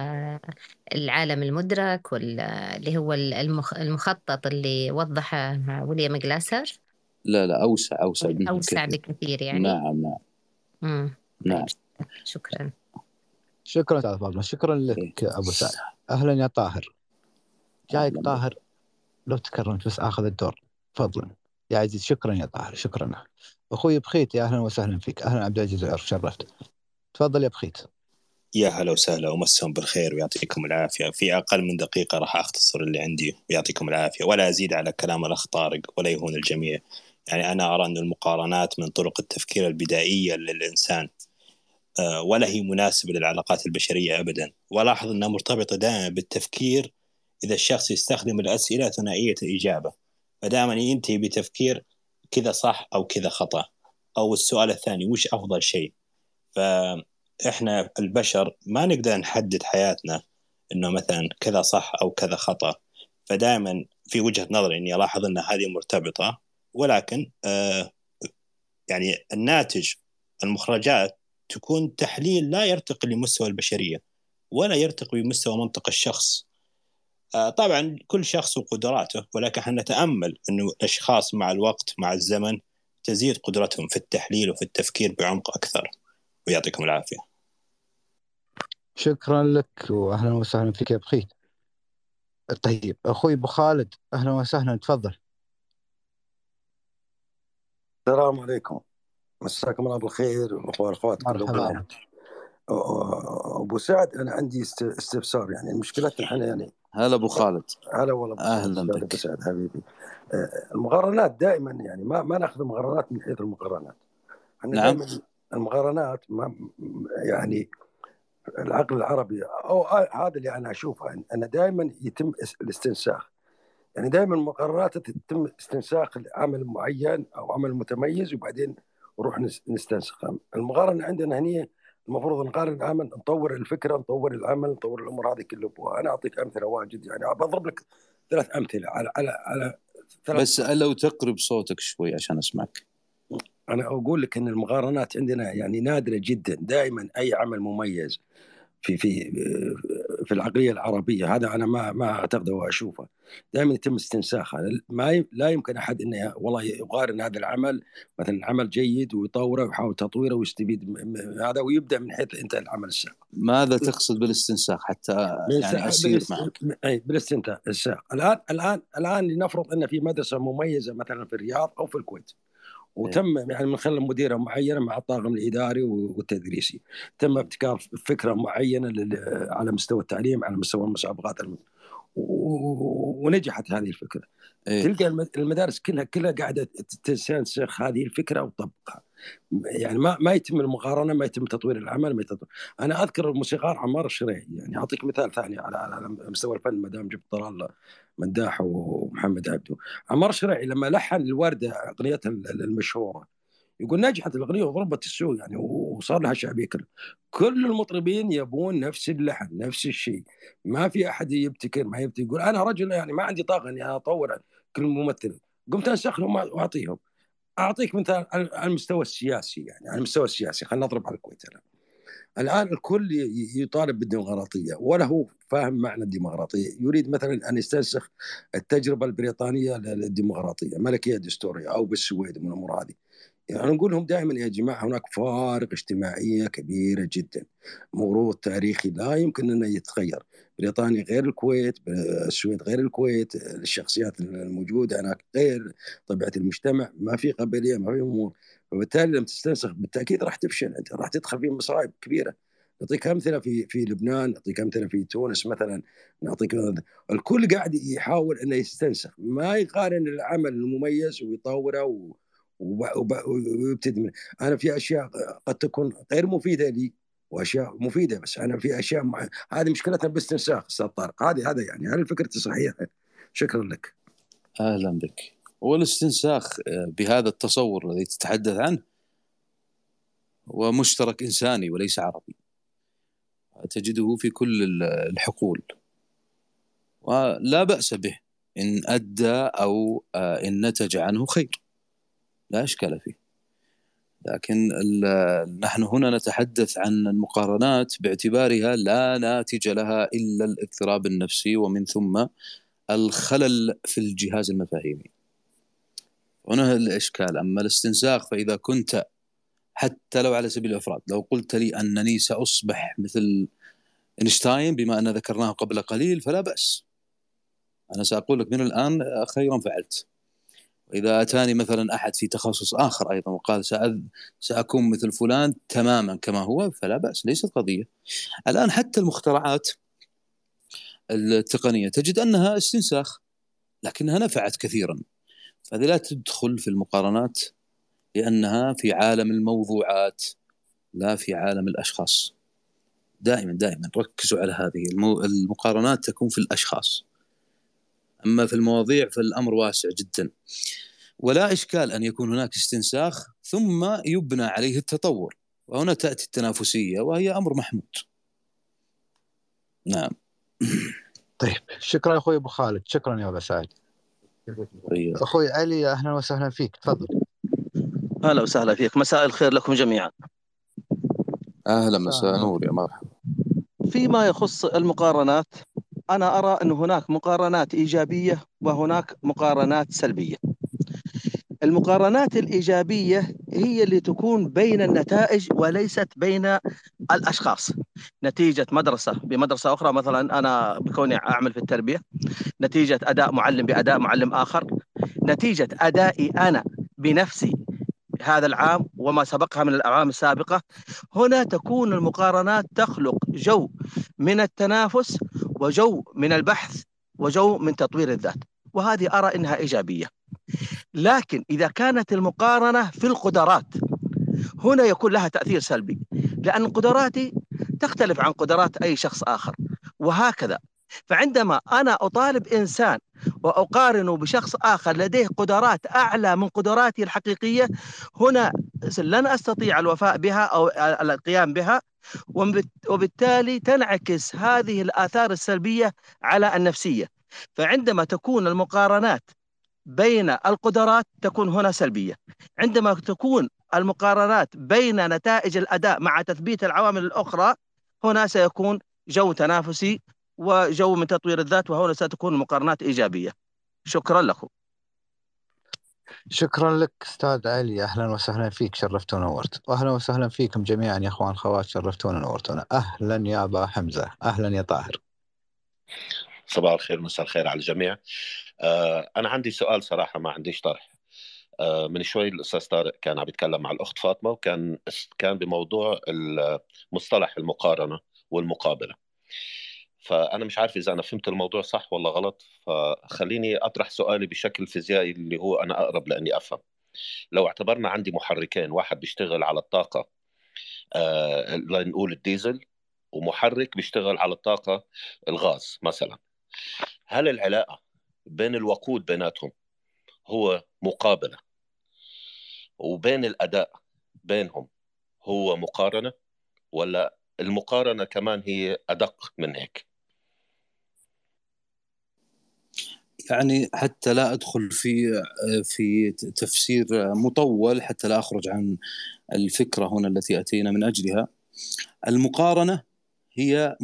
العالم المدرك، واللي هو المخطط اللي وضحه ويليام جلاسر؟ لا لا، أوسع به أوسع بكثير. بكثير يعني. نعم. طيب. شكرا. شكرا أستاذ فاطمة، شكرا لك أبو سعد. أهلا يا طاهر. جايك طاهر، لو تكرمت بس آخذ الدور فضلا يا عزيز. شكرا يا طاهر، شكرا. أخوي بخيت، يا أهلا وسهلا فيك. أهلا عبد العزيز عرف، شرفت. تفضل يا بخيت. يا هلا وسهلا، ومسهم بالخير ويعطيكم العافية. في أقل من دقيقة راح أختصر اللي عندي ويعطيكم العافية، ولا أزيد على كلام الأخ طارق ولا يهون الجميع. يعني أنا أرى أن المقارنات من طرق التفكير البدائية للإنسان، ولا هي مناسبة للعلاقات البشرية أبدا. ولاحظ أنها مرتبطة دائما بالتفكير إذا الشخص يستخدم الأسئلة ثنائية الإجابة، فدائما ينتهي بتفكير كذا صح أو كذا خطأ، أو السؤال الثاني وش أفضل شيء. فإحنا البشر ما نقدر نحدد حياتنا إنه مثلا كذا صح أو كذا خطأ. فدائما في وجهة نظري إني ألاحظ أن هذه مرتبطة، ولكن يعني الناتج المخرجات تكون تحليل لا يرتقي لمستوى البشرية ولا يرتقي بمستوى منطق الشخص. طبعا كل شخص وقدراته، ولكن احنا نتأمل أنه الأشخاص مع الوقت مع الزمن تزيد قدرتهم في التحليل وفي التفكير بعمق أكثر. ويعطيكم العافية. شكرا لك وأهلا وسهلا فيك يا بخيت. طيب أخوي أبو خالد، أهلا وسهلا، تفضل. السلام عليكم، مساكم الله بالخير والأخوات كلهم. أبو سعد، أنا عندي استفسار. يعني مشكلتنا احنا يعني. هلا أبو خالد. هلا والله. أهلا بك أبو سعد حبيبي. المقارنات دائما يعني ما ناخذ المقارنات من حيث المقارنات. نعم. دائما المقارنات ما يعني العقل العربي أو هذا اللي أنا أشوفه، أن دائما يتم الاستنساخ. يعني دائما المقارنات تتم استنساخ عمل معين أو عمل متميز وبعدين نروح نستنسخه. المقارنة عندنا هنا المفروض نقارن العمل، نطور الفكرة، نطور العمل، نطور الأمور هذه كلها. أنا أعطيك أمثلة واجد، يعني بضرب لك 3 أمثلة على 3. بس لو تقرب صوتك شوي عشان أسمعك. أنا أقول لك أن المقارنات عندنا يعني نادرة جدا. دائما أي عمل مميز في العقلية العربية، هذا أنا ما أعتقده وأشوفه، دائما يتم استنساخه. لا يمكن أحد أنه والله يقارن هذا العمل مثلا عمل جيد ويطوره ويحاول تطويره ويستفيد من هذا ويبدأ من حيث انتهى العمل السابق. ماذا تقصد بالاستنساخ حتى يعني أسير معك؟ بالاستنساخ. الآن لنفرض أن في مدرسة مميزة مثلا في الرياض أو في الكويت، وتم يعني من خلال مديرة معينة مع الطاقم الإداري والتدريسي تم ابتكار فكرة معينة على مستوى التعليم، على مستوى المسابقات ونجحت هذه الفكرة. تلقى المدارس كلها قاعدة تستنسخ هذه الفكرة وتطبقها. يعني ما يتم المقارنة، ما يتم تطوير العمل، أنا أذكر الموسيقار عمار الشريعي. يعني أعطيك مثال ثاني على مستوى الفن، مدام جبت طلال مداح ومحمد عبده. عمار الشريعي لما لحن الوردة أغنيتها المشهورة، يقول نجحت الأغنية وضربت السوق يعني وصار لها شعبية كل المطربين يبون نفس اللحن نفس الشيء، ما في أحد يبتكر، ما يبتكر. يقول أنا رجل يعني ما عندي طاقة إني أطور كل ممثل، قمت أنسخ لهم وأعطيهم. أعطيك مثال على المستوى السياسي. يعني على المستوى السياسي خلينا نضرب على الكويت. الآن الكل يطالب بالديمقراطية ولا هو فاهم معنى الديمقراطية، يريد مثلا أن يستنسخ التجربة البريطانية للديمقراطية، ملكية دستورية أو بالسويد من الأمور هذه. يعني نقول لهم دائما يا جماعة هناك فوارق اجتماعية كبيرة جدا، موروث تاريخي لا يمكن أن يتغير. بريطانيا غير الكويت، السويد غير الكويت، الشخصيات الموجودة هناك غير، طبيعة المجتمع ما في قبلية، ما في أمور. وبالتالي لما تستنسخ بالتأكيد راح تفشل، أنت راح تدخل في مصائب كبيرة. نعطيك أمثلة في لبنان، نعطيك أمثلة في تونس مثلا، نعطيك الكل قاعد يحاول أنه يستنسخ، ما يقارن العمل المميز ويطوره ويبتدي منه. أنا في أشياء قد تكون غير مفيدة لي وأشياء مفيدة، بس أنا في أشياء هذه مشكلتنا باستنساخ أستاذ طارق. هذا يعني هل فكرتي صحيحة؟ شكرا لك. أهلا بك. والاستنساخ بهذا التصور الذي تتحدث عنه هو مشترك إنساني وليس عربي، تجده في كل الحقول، ولا بأس به إن أدى أو إن نتج عنه خير، لا إشكال فيه. لكن نحن هنا نتحدث عن المقارنات باعتبارها لا ناتج لها إلا الاضطراب النفسي، ومن ثم الخلل في الجهاز المفاهيمي. هنا الإشكال. أما الاستنساخ فإذا كنت حتى لو على سبيل الإفراد، لو قلت لي أنني سأصبح مثل إينشتاين بما أن ذكرناه قبل قليل فلا بأس، أنا سأقول لك من الآن خيرا فعلت. وإذا أتاني مثلا أحد في تخصص آخر أيضا وقال سأكون مثل فلان تماما كما هو فلا بأس، ليست قضية. الآن حتى المخترعات التقنية تجد أنها استنساخ لكنها نفعت كثيرا، فهذه لا تدخل في المقارنات لأنها في عالم الموضوعات لا في عالم الأشخاص. دائما ركزوا على هذه المقارنات تكون في الأشخاص، أما في المواضيع فالأمر واسع جدا، ولا إشكال أن يكون هناك استنساخ ثم يبنى عليه التطور، وهنا تأتي التنافسية وهي أمر محمود. نعم. طيب شكرا أخوي أبو خالد، شكرا يا أبو سعد. أخوي علي أهلا وسهلا فيك، تفضل. أهلا وسهلا فيك، مساء الخير لكم جميعا. أهلا، مساء نور، يا مرحبا. فيما يخص المقارنات، أنا أرى أن هناك مقارنات إيجابية وهناك مقارنات سلبية. المقارنات الإيجابية هي اللي تكون بين النتائج وليست بين الأشخاص. نتيجة مدرسة بمدرسة أخرى، مثلا أنا بكوني أعمل في التربية، نتيجة أداء معلم بأداء معلم آخر، نتيجة أدائي أنا بنفسي هذا العام وما سبقها من الأعوام السابقة، هنا تكون المقارنات تخلق جو من التنافس وجو من البحث وجو من تطوير الذات، وهذه أرى إنها إيجابية. لكن إذا كانت المقارنة في القدرات، هنا يكون لها تأثير سلبي، لأن قدراتي تختلف عن قدرات أي شخص آخر، وهكذا. فعندما أنا أطالب إنسان وأقارنه بشخص آخر لديه قدرات أعلى من قدراتي الحقيقية، هنا لن أستطيع الوفاء بها أو القيام بها، وبالتالي تنعكس هذه الآثار السلبية على النفسية. فعندما تكون المقارنات بين القدرات تكون هنا سلبية. عندما تكون المقارنات بين نتائج الأداء مع تثبيت العوامل الأخرى، هنا سيكون جو تنافسي وجو من تطوير الذات، وهنا ستكون المقارنات إيجابية. شكرا لكم. شكرا لك أستاذ علي، أهلا وسهلا فيك، شرفتونا ونورت. وأهلا وسهلا فيكم جميعا يا أخوان خوات، شرفتونا ونورتونا. أهلا يا أبا حمزة، أهلا يا طاهر. صباح الخير، مساء الخير على الجميع. أنا عندي سؤال صراحة، ما عنديش طرح. من شوي الأستاذ طارق كان عم يتكلم مع الأخت فاطمة، وكان بموضوع مصطلح المقارنة والمقابلة. فأنا مش عارف إذا أنا فهمت الموضوع صح ولا غلط، فخليني أطرح سؤالي بشكل فيزيائي اللي هو أنا أقرب لأني أفهم. لو اعتبرنا عندي محركين، واحد بيشتغل على الطاقة لنقول الديزل، ومحرك بيشتغل على الطاقة الغاز مثلا، هل العلاقة بين الوقود بيناتهم هو مقابلة، وبين الأداء بينهم هو مقارنة، ولا المقارنة كمان هي أدق من هيك؟ يعني حتى لا أدخل في تفسير مطول، حتى لا أخرج عن الفكرة هنا التي أتينا من أجلها، المقارنة هي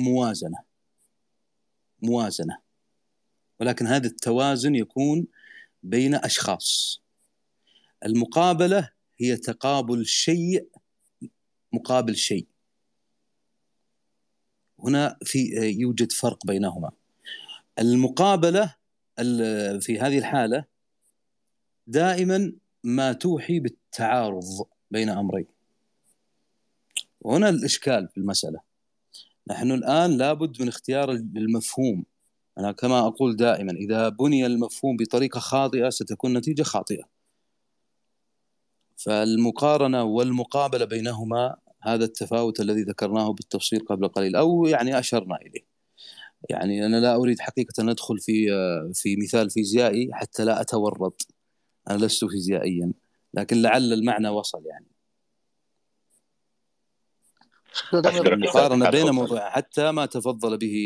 موازنة، ولكن هذا التوازن يكون بين أشخاص. المقابلة هي تقابل شيء مقابل شيء. هنا يوجد فرق بينهما. المقابلة في هذه الحالة دائما ما توحي بالتعارض بين أمرين، وهنا الإشكال في المسألة. نحن الآن لابد من اختيار المفهوم. أنا كما أقول دائما، إذا بني المفهوم بطريقة خاطئة ستكون نتيجة خاطئة. فالمقارنة والمقابلة بينهما هذا التفاوت الذي ذكرناه بالتفصيل قبل قليل، أو يعني أشرنا إليه. يعني أنا لا أريد حقيقة أن أدخل في مثال فيزيائي حتى لا أتورط، أنا لست فيزيائيا، لكن لعل المعنى وصل. يعني المقارنة بين موضوع حتى ما تفضل به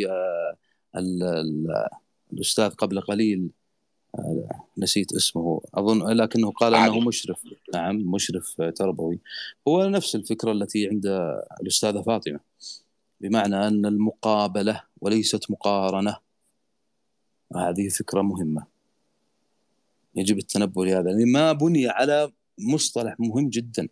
الأستاذ قبل قليل، نسيت اسمه أظن، لكنه قال أنه مشرف. نعم، مشرف تربوي. هو نفس الفكرة التي عند الأستاذة فاطمة، بمعنى أن المقابلة وليست مقارنة. هذه فكرة مهمة يجب التنبه لهذا، لأن ما بني على مصطلح مهم جدا.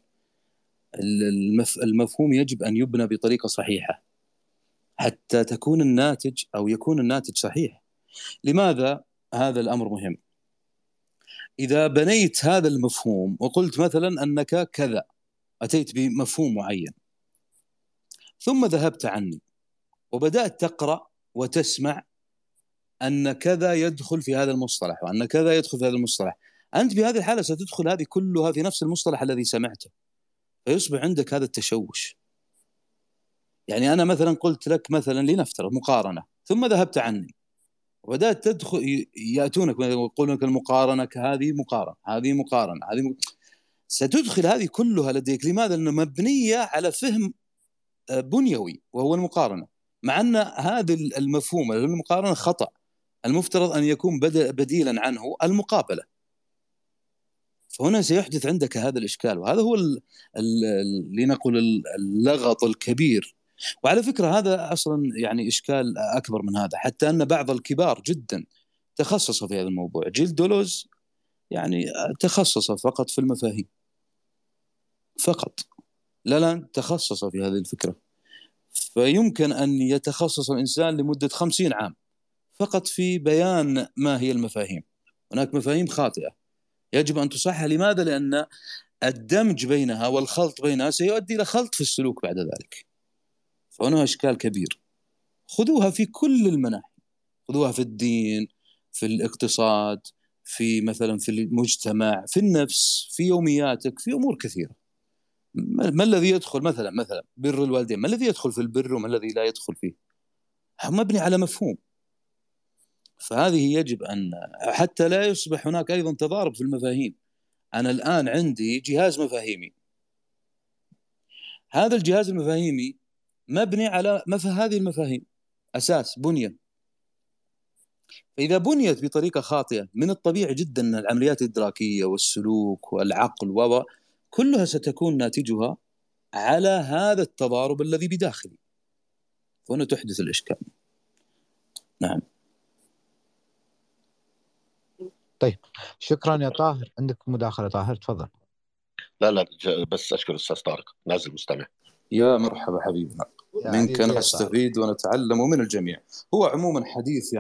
المفهوم يجب أن يبنى بطريقة صحيحة حتى تكون الناتج أو يكون الناتج صحيح. لماذا هذا الأمر مهم؟ إذا بنيت هذا المفهوم وقلت مثلا أنك كذا، أتيت بمفهوم معين، ثم ذهبت عني وبدأت تقرأ وتسمع أن كذا يدخل في هذا المصطلح وأن كذا يدخل في هذا المصطلح، أنت بهذه الحالة ستدخل هذه كلها في نفس المصطلح الذي سمعته، فيصبح عندك هذا التشوش. يعني أنا مثلا قلت لك مثلا لنفترض مقارنة، ثم ذهبت عني وبدأت تدخل، يأتونك ويقولون لك المقارنة هذه مقارنة، هذه مقارنة، هذه ستدخل هذه كلها لديك. لماذا؟ لأنه مبنية على فهم بنيوي وهو المقارنة، مع أن هذا المفهوم المقارنة خطأ. المفترض أن يكون بديلا عنه المقابلة. فهنا سيحدث عندك هذا الإشكال، وهذا هو لنقول اللغط الكبير. وعلى فكرة هذا أصلا يعني إشكال أكبر من هذا، حتى أن بعض الكبار جدا تخصص في هذا الموضوع. جيل دولوز يعني تخصص فقط في المفاهيم فقط، لا تخصص في هذه الفكرة. فيمكن أن يتخصص الإنسان لمدة 50 عام فقط في بيان ما هي المفاهيم. هناك مفاهيم خاطئة يجب أن تصحح. لماذا؟ لأن الدمج بينها والخلط بينها سيؤدي إلى خلط في السلوك بعد ذلك. فهنا إشكال كبير. خذوها في كل المناحي، خذوها في الدين، في الاقتصاد، في مثلا في المجتمع، في النفس، في يومياتك، في أمور كثيرة. ما الذي يدخل مثلا بر الوالدين، ما الذي يدخل في البر وما الذي لا يدخل فيه؟ مبني على مفهوم. فهذه يجب أن حتى لا يصبح هناك أيضا تضارب في المفاهيم. أنا الآن عندي جهاز مفاهيمي، هذا الجهاز المفاهيمي مبني على هذه المفاهيم أساس بنية. فإذا بنيت بطريقة خاطئة من الطبيعي جدا أن العمليات الإدراكية والسلوك والعقل كلها ستكون ناتجها على هذا التضارب الذي بداخلي، فهنا تحدث الإشكال. نعم. طيب شكرا يا طاهر. عندك مداخلة طاهر، تفضل. لا بس أشكر الأستاذ طارق، نازل مستمع. يا مرحبا حبيبنا، منك نستفيد ونتعلم ومن الجميع. هو عموما حديث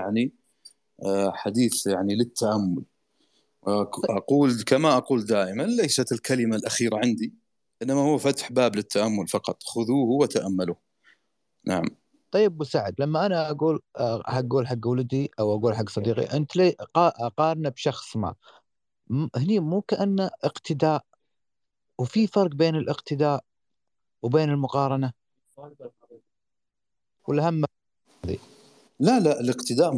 يعني للتأمل. أقول كما أقول دائما، ليست الكلمة الأخيرة عندي، إنما هو فتح باب للتأمل فقط. خذوه وتأملوا. نعم. طيب أبو سعد، لما أنا أقول حق ولدي أو أقول حق صديقي أنت ليه أقارنه بشخص ما، هني مو كأنه اقتداء، وفي فرق بين الاقتداء وبين المقارنة، ولا هم؟ لا الاقتداء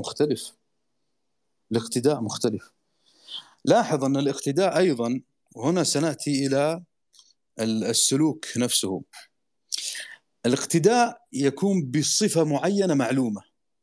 مختلف. لاحظ أن الاقتداء أيضا، وهنا سنأتي إلى السلوك نفسه. الاقتداء يكون بصفة معينة معلومة،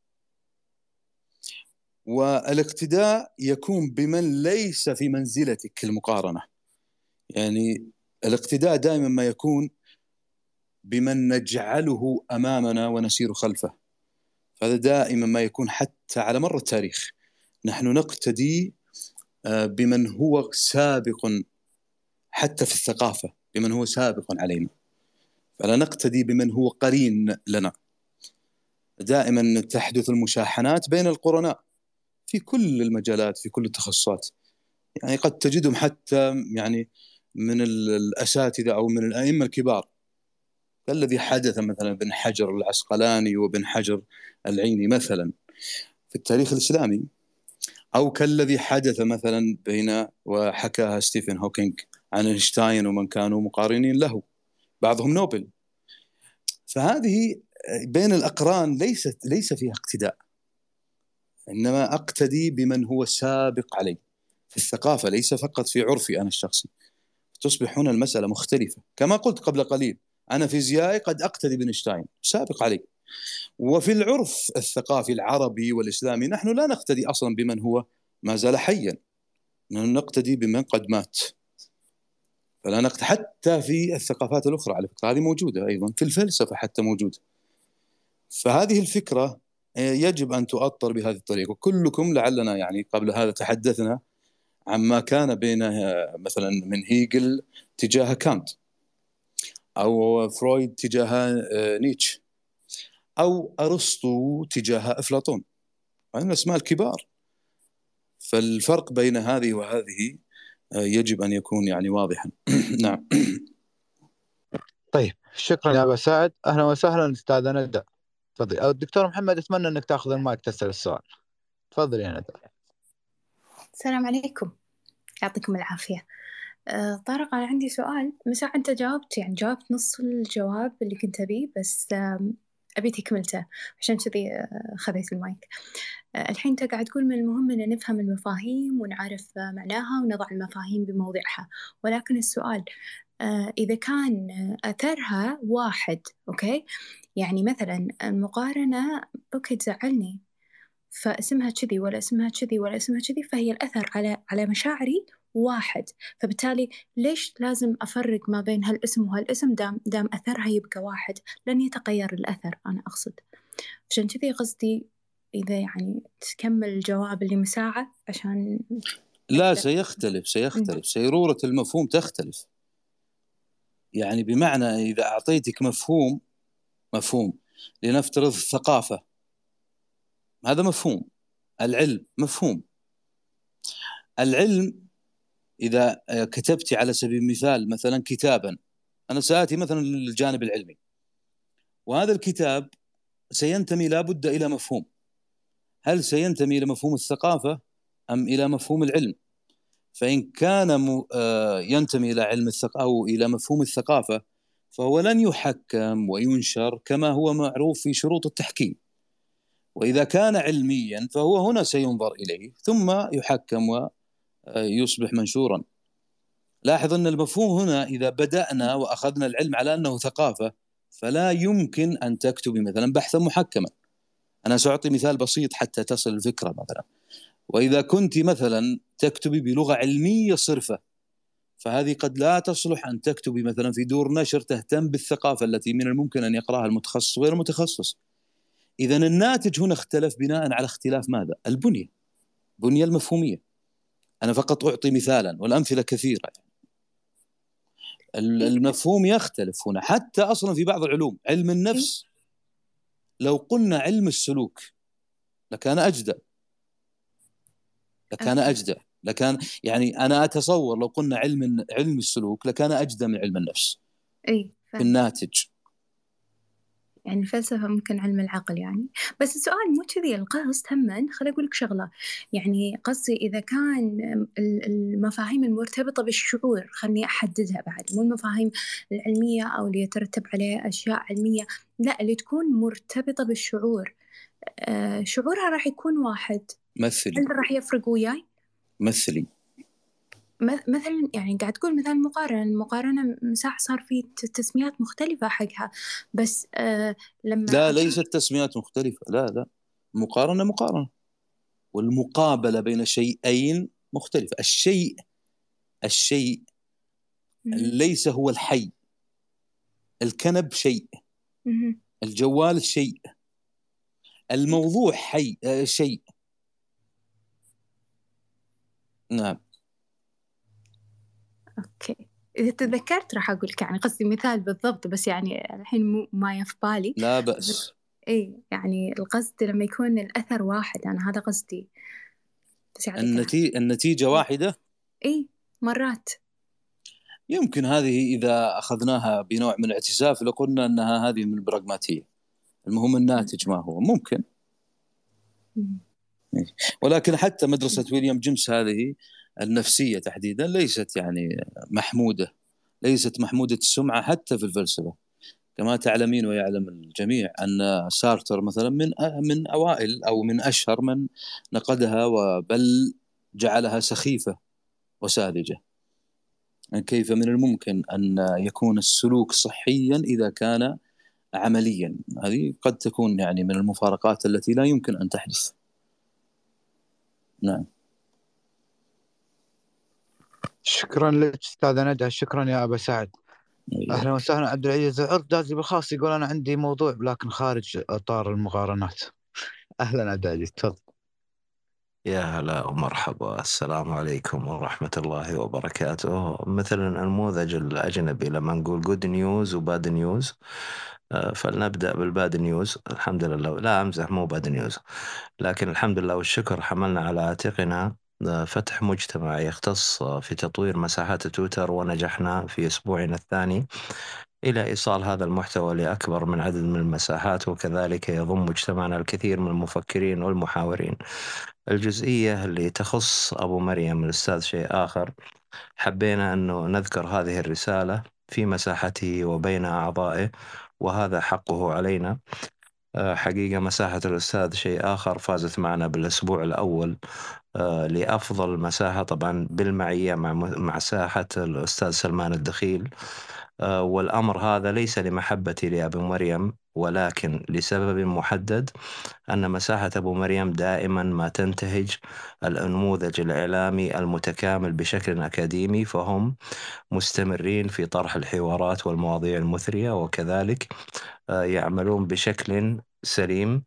والاقتداء يكون بمن ليس في منزلتك المقارنة. يعني الاقتداء دائما ما يكون بمن نجعله أمامنا ونسير خلفه. فهذا دائما ما يكون حتى على مر التاريخ، نحن نقتدي بمن هو سابق حتى في الثقافة، بمن هو سابق علينا، فلا نقتدي بمن هو قرين لنا. دائما تحدث المشاحنات بين القرناء في كل المجالات، في كل التخصصات. يعني قد تجدهم حتى يعني من الأساتذة أو من الأئمة الكبار، كالذي حدث مثلا بن حجر العسقلاني وبن حجر العيني مثلا في التاريخ الإسلامي، أو كالذي حدث مثلا بين وحكاها ستيفن هوكينج عن اينشتاين ومن كانوا مقارنين له، بعضهم نوبل. فهذه بين الأقران ليس فيها اقتداء، إنما أقتدي بمن هو سابق علي في الثقافة، ليس فقط في عرفي أنا الشخصي. تصبح هنا المسألة مختلفة. كما قلت قبل قليل، أنا فيزيائي قد أقتدي بأينشتاين سابق علي. وفي العرف الثقافي العربي والإسلامي نحن لا نقتدي أصلا بمن هو ما زال حيا، نحن نقتدي بمن قد مات. فلا نقتدي حتى في الثقافات الأخرى، على فكرة هذه موجودة أيضا في الفلسفة حتى موجودة. فهذه الفكرة يجب أن تؤطر بهذه الطريقة. وكلكم لعلنا يعني قبل هذا تحدثنا عما كان بين مثلا من هيجل تجاه كانت، أو فرويد تجاه نيتشه، أو أرسطو تجاه أفلاطون، هذه الأسماء الكبار. فالفرق بين هذه وهذه يجب أن يكون يعني واضحا. نعم. طيب شكرا يا أبا سعد. أهلا وسهلا أستاذ ندى، تفضل. أو الدكتور محمد، أتمنى أنك تأخذ المايك تسأل السؤال. تفضل يا ندى. السلام عليكم، يعطيكم العافية. طارق، أنا عندي سؤال. مساء أنت جاوبت، يعني جاوبت نص الجواب اللي كنت أبيه، بس أبي تكملته، عشان كذي خذيت المايك. الحين أنت قاعد تقول من المهم أن نفهم المفاهيم ونعرف معناها ونضع المفاهيم بموضعها، ولكن السؤال إذا كان أثرها واحد، أوكي، يعني مثلا المقارنة أوكي تزعلني، فاسمها كذي ولا اسمها كذي ولا اسمها كذي، فهي الأثر على مشاعري واحد، فبالتالي ليش لازم أفرق ما بين هالاسم وهالاسم دام أثرها يبقى واحد، لن يتغير الأثر. أنا أقصد عشان كذي قصدي، إذا يعني تكمل الجواب اللي مساعة عشان لا، سيختلف سيرورة المفهوم تختلف. يعني بمعنى إذا أعطيتك مفهوم لنفترض الثقافة، هذا مفهوم. العلم مفهوم. العلم إذا كتبت على سبيل المثال مثلا كتابا، أنا سآتي مثلا للجانب العلمي، وهذا الكتاب سينتمي لابد إلى مفهوم. هل سينتمي إلى مفهوم الثقافة أم إلى مفهوم العلم؟ فإن كان ينتمي إلى علم الثقافة أو إلى مفهوم الثقافة، فهو لن يحكم وينشر كما هو معروف في شروط التحكيم. وإذا كان علميا فهو هنا سينظر إليه ثم يحكم ويصبح منشورا. لاحظ أن المفهوم هنا إذا بدأنا وأخذنا العلم على أنه ثقافة، فلا يمكن أن تكتبي مثلا بحثا محكما. أنا سأعطي مثال بسيط حتى تصل الفكرة. مثلا وإذا كنت مثلا تكتبي بلغة علمية صرفة، فهذه قد لا تصلح أن تكتبي مثلا في دور نشر تهتم بالثقافة التي من الممكن أن يقرأها المتخصص غير المتخصص. إذا الناتج هنا اختلف بناء على اختلاف ماذا؟ البنية المفهومية. أنا فقط أعطي مثالا والأمثلة كثيرة. المفهوم يختلف هنا. حتى أصلا في بعض العلوم، علم النفس لو قلنا علم السلوك لكان أجدى، لكان يعني أنا أتصور لو قلنا علم السلوك لكان أجدى من علم النفس في الناتج. يعني الفلسفة ممكن علم العقل يعني. بس السؤال مو كذي القصد همًا. خليني أقول لك شغلة، يعني قصدي إذا كان المفاهيم المرتبطة بالشعور، خلني أحددها بعد، مو المفاهيم العلمية أو اللي يترتب عليها أشياء علمية، لا، اللي تكون مرتبطة بالشعور، شعورها راح يكون واحد. مثلي. هل راح يفرق وياي؟ مثلي مثلا يعني قاعد تقول مثلا المقارنة مساح صار في تسميات مختلفة حقها، بس لما لا، ليست تسميات مختلفة. لا، مقارنة والمقابلة بين شيئين مختلفة. الشيء ليس هو الحي. الكنب شيء، مهم. الجوال شيء، الموضوع شيء. نعم. أوكي، إذا تذكرت راح أقول لك، يعني قصدي مثال بالضبط، بس يعني الحين مو ما في بالي. لا بس بأس. إيه، يعني القصد لما يكون الأثر واحد، أنا هذا قصدي، بس يعطيك العافية. النتيجة واحدة. إيه، مرات. يمكن هذه إذا أخذناها بنوع من الاعتزاف لقلنا أنها هذه من البراغماتية، المهم الناتج ما هو ممكن. ولكن حتى مدرسة ويليام جيمس هذه النفسية تحديدا ليست يعني محمودة، ليست محمودة السمعة حتى في الفلسفة، كما تعلمين ويعلم الجميع أن سارتر مثلا من أوائل أو من أشهر من نقدها، وبل جعلها سخيفة وساذجة. كيف من الممكن أن يكون السلوك صحيا إذا كان عمليا؟ هذه قد تكون يعني من المفارقات التي لا يمكن أن تحدث. نعم. شكرا لك أستاذ ندى، شكرا يا أبا سعد. أهلا وسهلا. عبد العزيز العرض دازي بالخاص يقول أنا عندي موضوع لكن خارج إطار المقارنات. أهلا عبد العزيز، تفضل. يا هلا ومرحبا، السلام عليكم ورحمة الله وبركاته. مثل النموذج الأجنبي لما نقول good news و bad news، فلنبدأ بالباد نيوز. الحمد لله، لا أمزح، مو bad news، لكن الحمد لله والشكر حملنا على عاتقنا فتح مجتمع يختص في تطوير مساحات تويتر، ونجحنا في أسبوعنا الثاني إلى إيصال هذا المحتوى لأكبر من عدد من المساحات، وكذلك يضم مجتمعنا الكثير من المفكرين والمحاورين. الجزئية اللي تخص أبو مريم الأستاذ شيء آخر، حبينا أنه نذكر هذه الرسالة في مساحته وبين أعضائه، وهذا حقه علينا. حقيقة مساحة الأستاذ شيء آخر فازت معنا بالأسبوع الأول لأفضل مساحة، طبعا بالمعية مع ساحة الأستاذ سلمان الدخيل. والأمر هذا ليس لمحبتي لأبو مريم، ولكن لسبب محدد، أن مساحة أبو مريم دائما ما تنتهج النموذج الإعلامي المتكامل بشكل أكاديمي، فهم مستمرين في طرح الحوارات والمواضيع المثرية، وكذلك يعملون بشكل سليم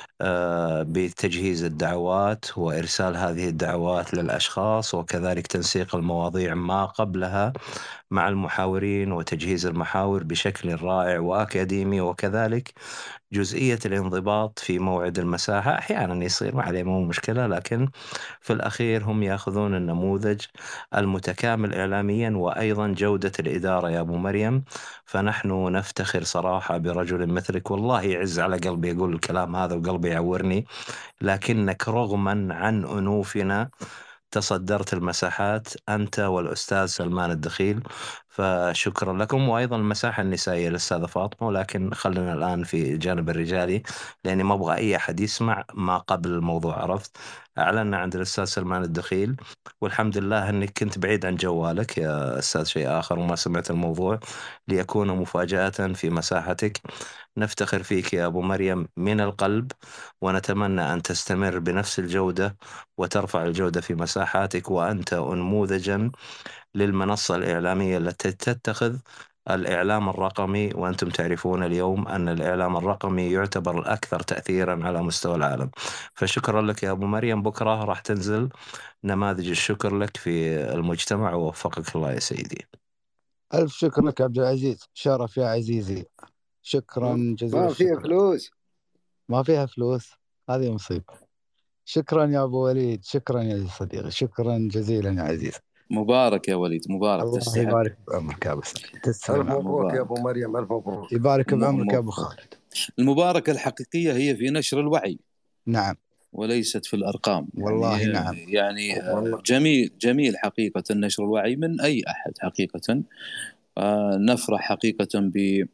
بتجهيز الدعوات وإرسال هذه الدعوات للأشخاص، وكذلك تنسيق المواضيع ما قبلها مع المحاورين وتجهيز المحاور بشكل رائع وأكاديمي، وكذلك جزئية الانضباط في موعد المساحة. أحيانا يصير، ما عليه، مو مشكلة، لكن في الأخير هم يأخذون النموذج المتكامل إعلاميا وأيضا جودة الإدارة يا أبو مريم. فنحن نفتخر صراحة برجل مثلك، والله يعز على قلبي أقول الكلام هذا وقلبي يعورني، لكنك رغما عن أنوفنا تصدرت المساحات أنت والأستاذ سلمان الدخيل، فشكرا لكم. وأيضا المساحة النسائية للأستاذة فاطمة، ولكن خلنا الآن في الجانب الرجالي لأني ما أبغى أي أحد يسمع ما قبل الموضوع. عرفت؟ أعلنا عند الأستاذ سلمان الدخيل، والحمد لله أنك كنت بعيد عن جوالك يا أستاذ شيء آخر وما سمعت الموضوع ليكون مفاجأة في مساحتك. نفتخر فيك يا أبو مريم من القلب، ونتمنى أن تستمر بنفس الجودة وترفع الجودة في مساحاتك، وأنت نموذجا للمنصة الإعلامية التي تتخذ الإعلام الرقمي، وأنتم تعرفون اليوم أن الإعلام الرقمي يعتبر الأكثر تأثيرا على مستوى العالم. فشكرا لك يا أبو مريم. بكرة راح تنزل نماذج الشكر لك في المجتمع، ووفقك الله يا سيدي. ألف شكر لك عبد العزيز، شرف يا عزيزي، شكرا جزيلا. ما فيها فلوس، ما فيها فلوس، هذه مصيبة. شكرا يا أبو وليد، شكرا يا صديقي، شكرا جزيلا يا عزيز. مبارك يا وليد، مبارك، الله تستحق. يبارك بعمرك يا أبو سعد، ألف تسلم. مبروك يا أبو مريم، ألف مبروك. يبارك بعمرك يا أبو خالد. المباركة الحقيقية هي في نشر الوعي، نعم، وليست في الأرقام. والله يعني نعم. يعني والله. جميل حقيقة نشر الوعي من أي أحد حقيقة. نفرح حقيقة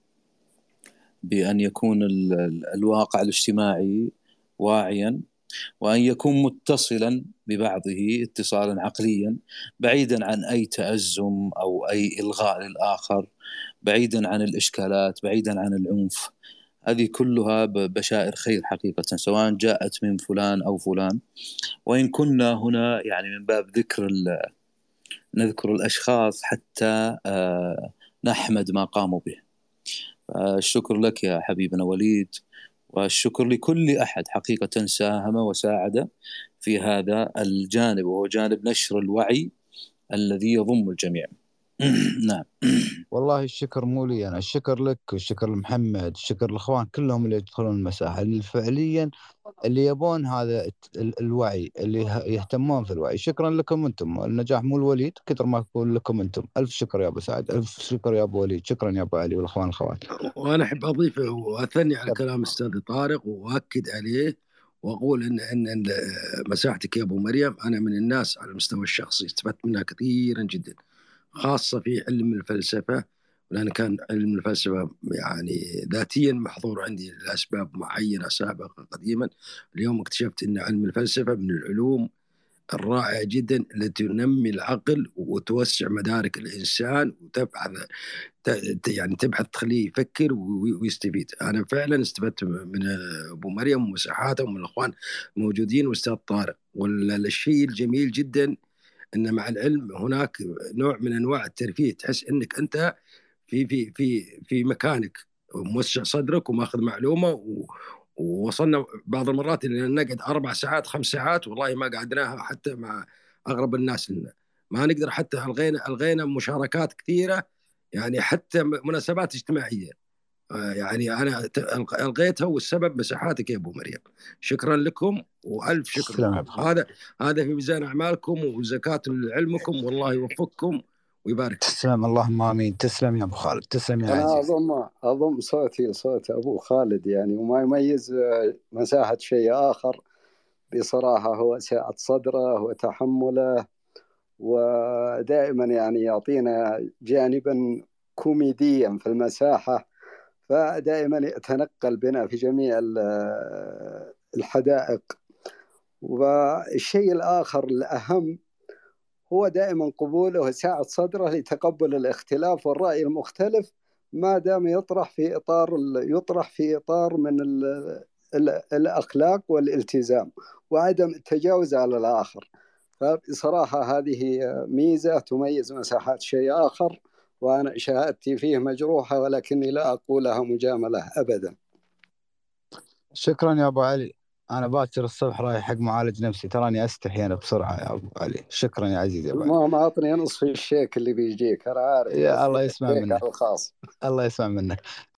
بأن يكون الواقع الاجتماعي واعيا، وأن يكون متصلا ببعضه اتصالا عقليا، بعيدا عن أي تأزم أو أي إلغاء للآخر، بعيدا عن الإشكالات، بعيدا عن العنف. هذه كلها بشائر خير حقيقة، سواء جاءت من فلان أو فلان. وإن كنا هنا يعني من باب نذكر الأشخاص حتى نحمد ما قاموا به. الشكر لك يا حبيبنا وليد، والشكر لكل أحد حقيقة ساهم وساعد في هذا الجانب، وهو جانب نشر الوعي الذي يضم الجميع. نعم. والله الشكر مو لي أنا، الشكر لك والشكر لمحمد، الشكر للإخوان كلهم اللي يدخلون المساحة، اللي فعليا اللي يبون هذا الوعي، اللي يهتمون في الوعي. شكرا لكم أنتم، النجاح مو الوليد كثر ما أقول لكم أنتم. ألف شكر يا أبو سعد، ألف شكر يا أبو وليد، شكرا يا أبو علي والإخوان الأخوات. وأنا أحب أضيف وأثني على كلام أستاذ طارق وأؤكد عليه، وأقول إن مساحتك يا أبو مريم أنا من الناس على المستوى الشخصي استفدت منها كثيرا جدا، خاصة في علم الفلسفة، لأن كان علم الفلسفة يعني ذاتيا محظور عندي لأسباب معينة سابقة قديما. اليوم اكتشفت أن علم الفلسفة من العلوم الرائعة جدا التي تنمي العقل وتوسع مدارك الإنسان وتبحث يعني تخليه يفكر ويستفيد. أنا فعلا استفدت من أبو مريم ومساحاته ومن الأخوان الموجودين وأستاذ طارق. والشيء الجميل جدا أن مع العلم هناك نوع من أنواع الترفيه، تحس أنك أنت في مكانك موسع صدرك وماخذ معلومة. ووصلنا بعض المرات إن نقعد 4 ساعات 5 ساعات والله ما قعدناها حتى مع أغرب الناس لنا، ما نقدر حتى ألغينا مشاركات كثيرة، يعني حتى مناسبات اجتماعية يعني أنا ألغيتها، والسبب مساحاتك يا أبو مريم. شكرا لكم وألف شكر. هذا في ميزان أعمالكم وزكاة علمكم، والله يوفقكم ويبارك. تسلم، اللهم آمين. تسلم يا أبو خالد، تسلم يا عزيز. أنا أضم صوتي لصوت أبو خالد يعني، وما يميز مساحة شيء آخر بصراحة هو سعة صدره وتحمله، ودائما يعني يعطينا جانبا كوميديا في المساحة، فدائما يتنقل بنا في جميع الحدائق. والشيء الآخر الأهم هو دائما قبوله وسعة صدره لتقبل الاختلاف والرأي المختلف، ما دام يطرح في إطار من الأخلاق والالتزام وعدم التجاوز على الآخر. فبصراحة هذه ميزة تميز مساحات شيء آخر، وأنا شهادتي فيه مجروحة ولكني لا أقولها مجاملة أبدا. شكرا يا أبو علي، أنا باكر الصبح رايح حق معالج نفسي، تراني أستحي أنا بسرعة يا أبو علي. شكرا يا عزيزي يا أبو علي. ما أعطني نصف الشيك اللي بيجيك، أنا عارف يا الله يسمع الشيك منك، الخاص. الله يسمع منك.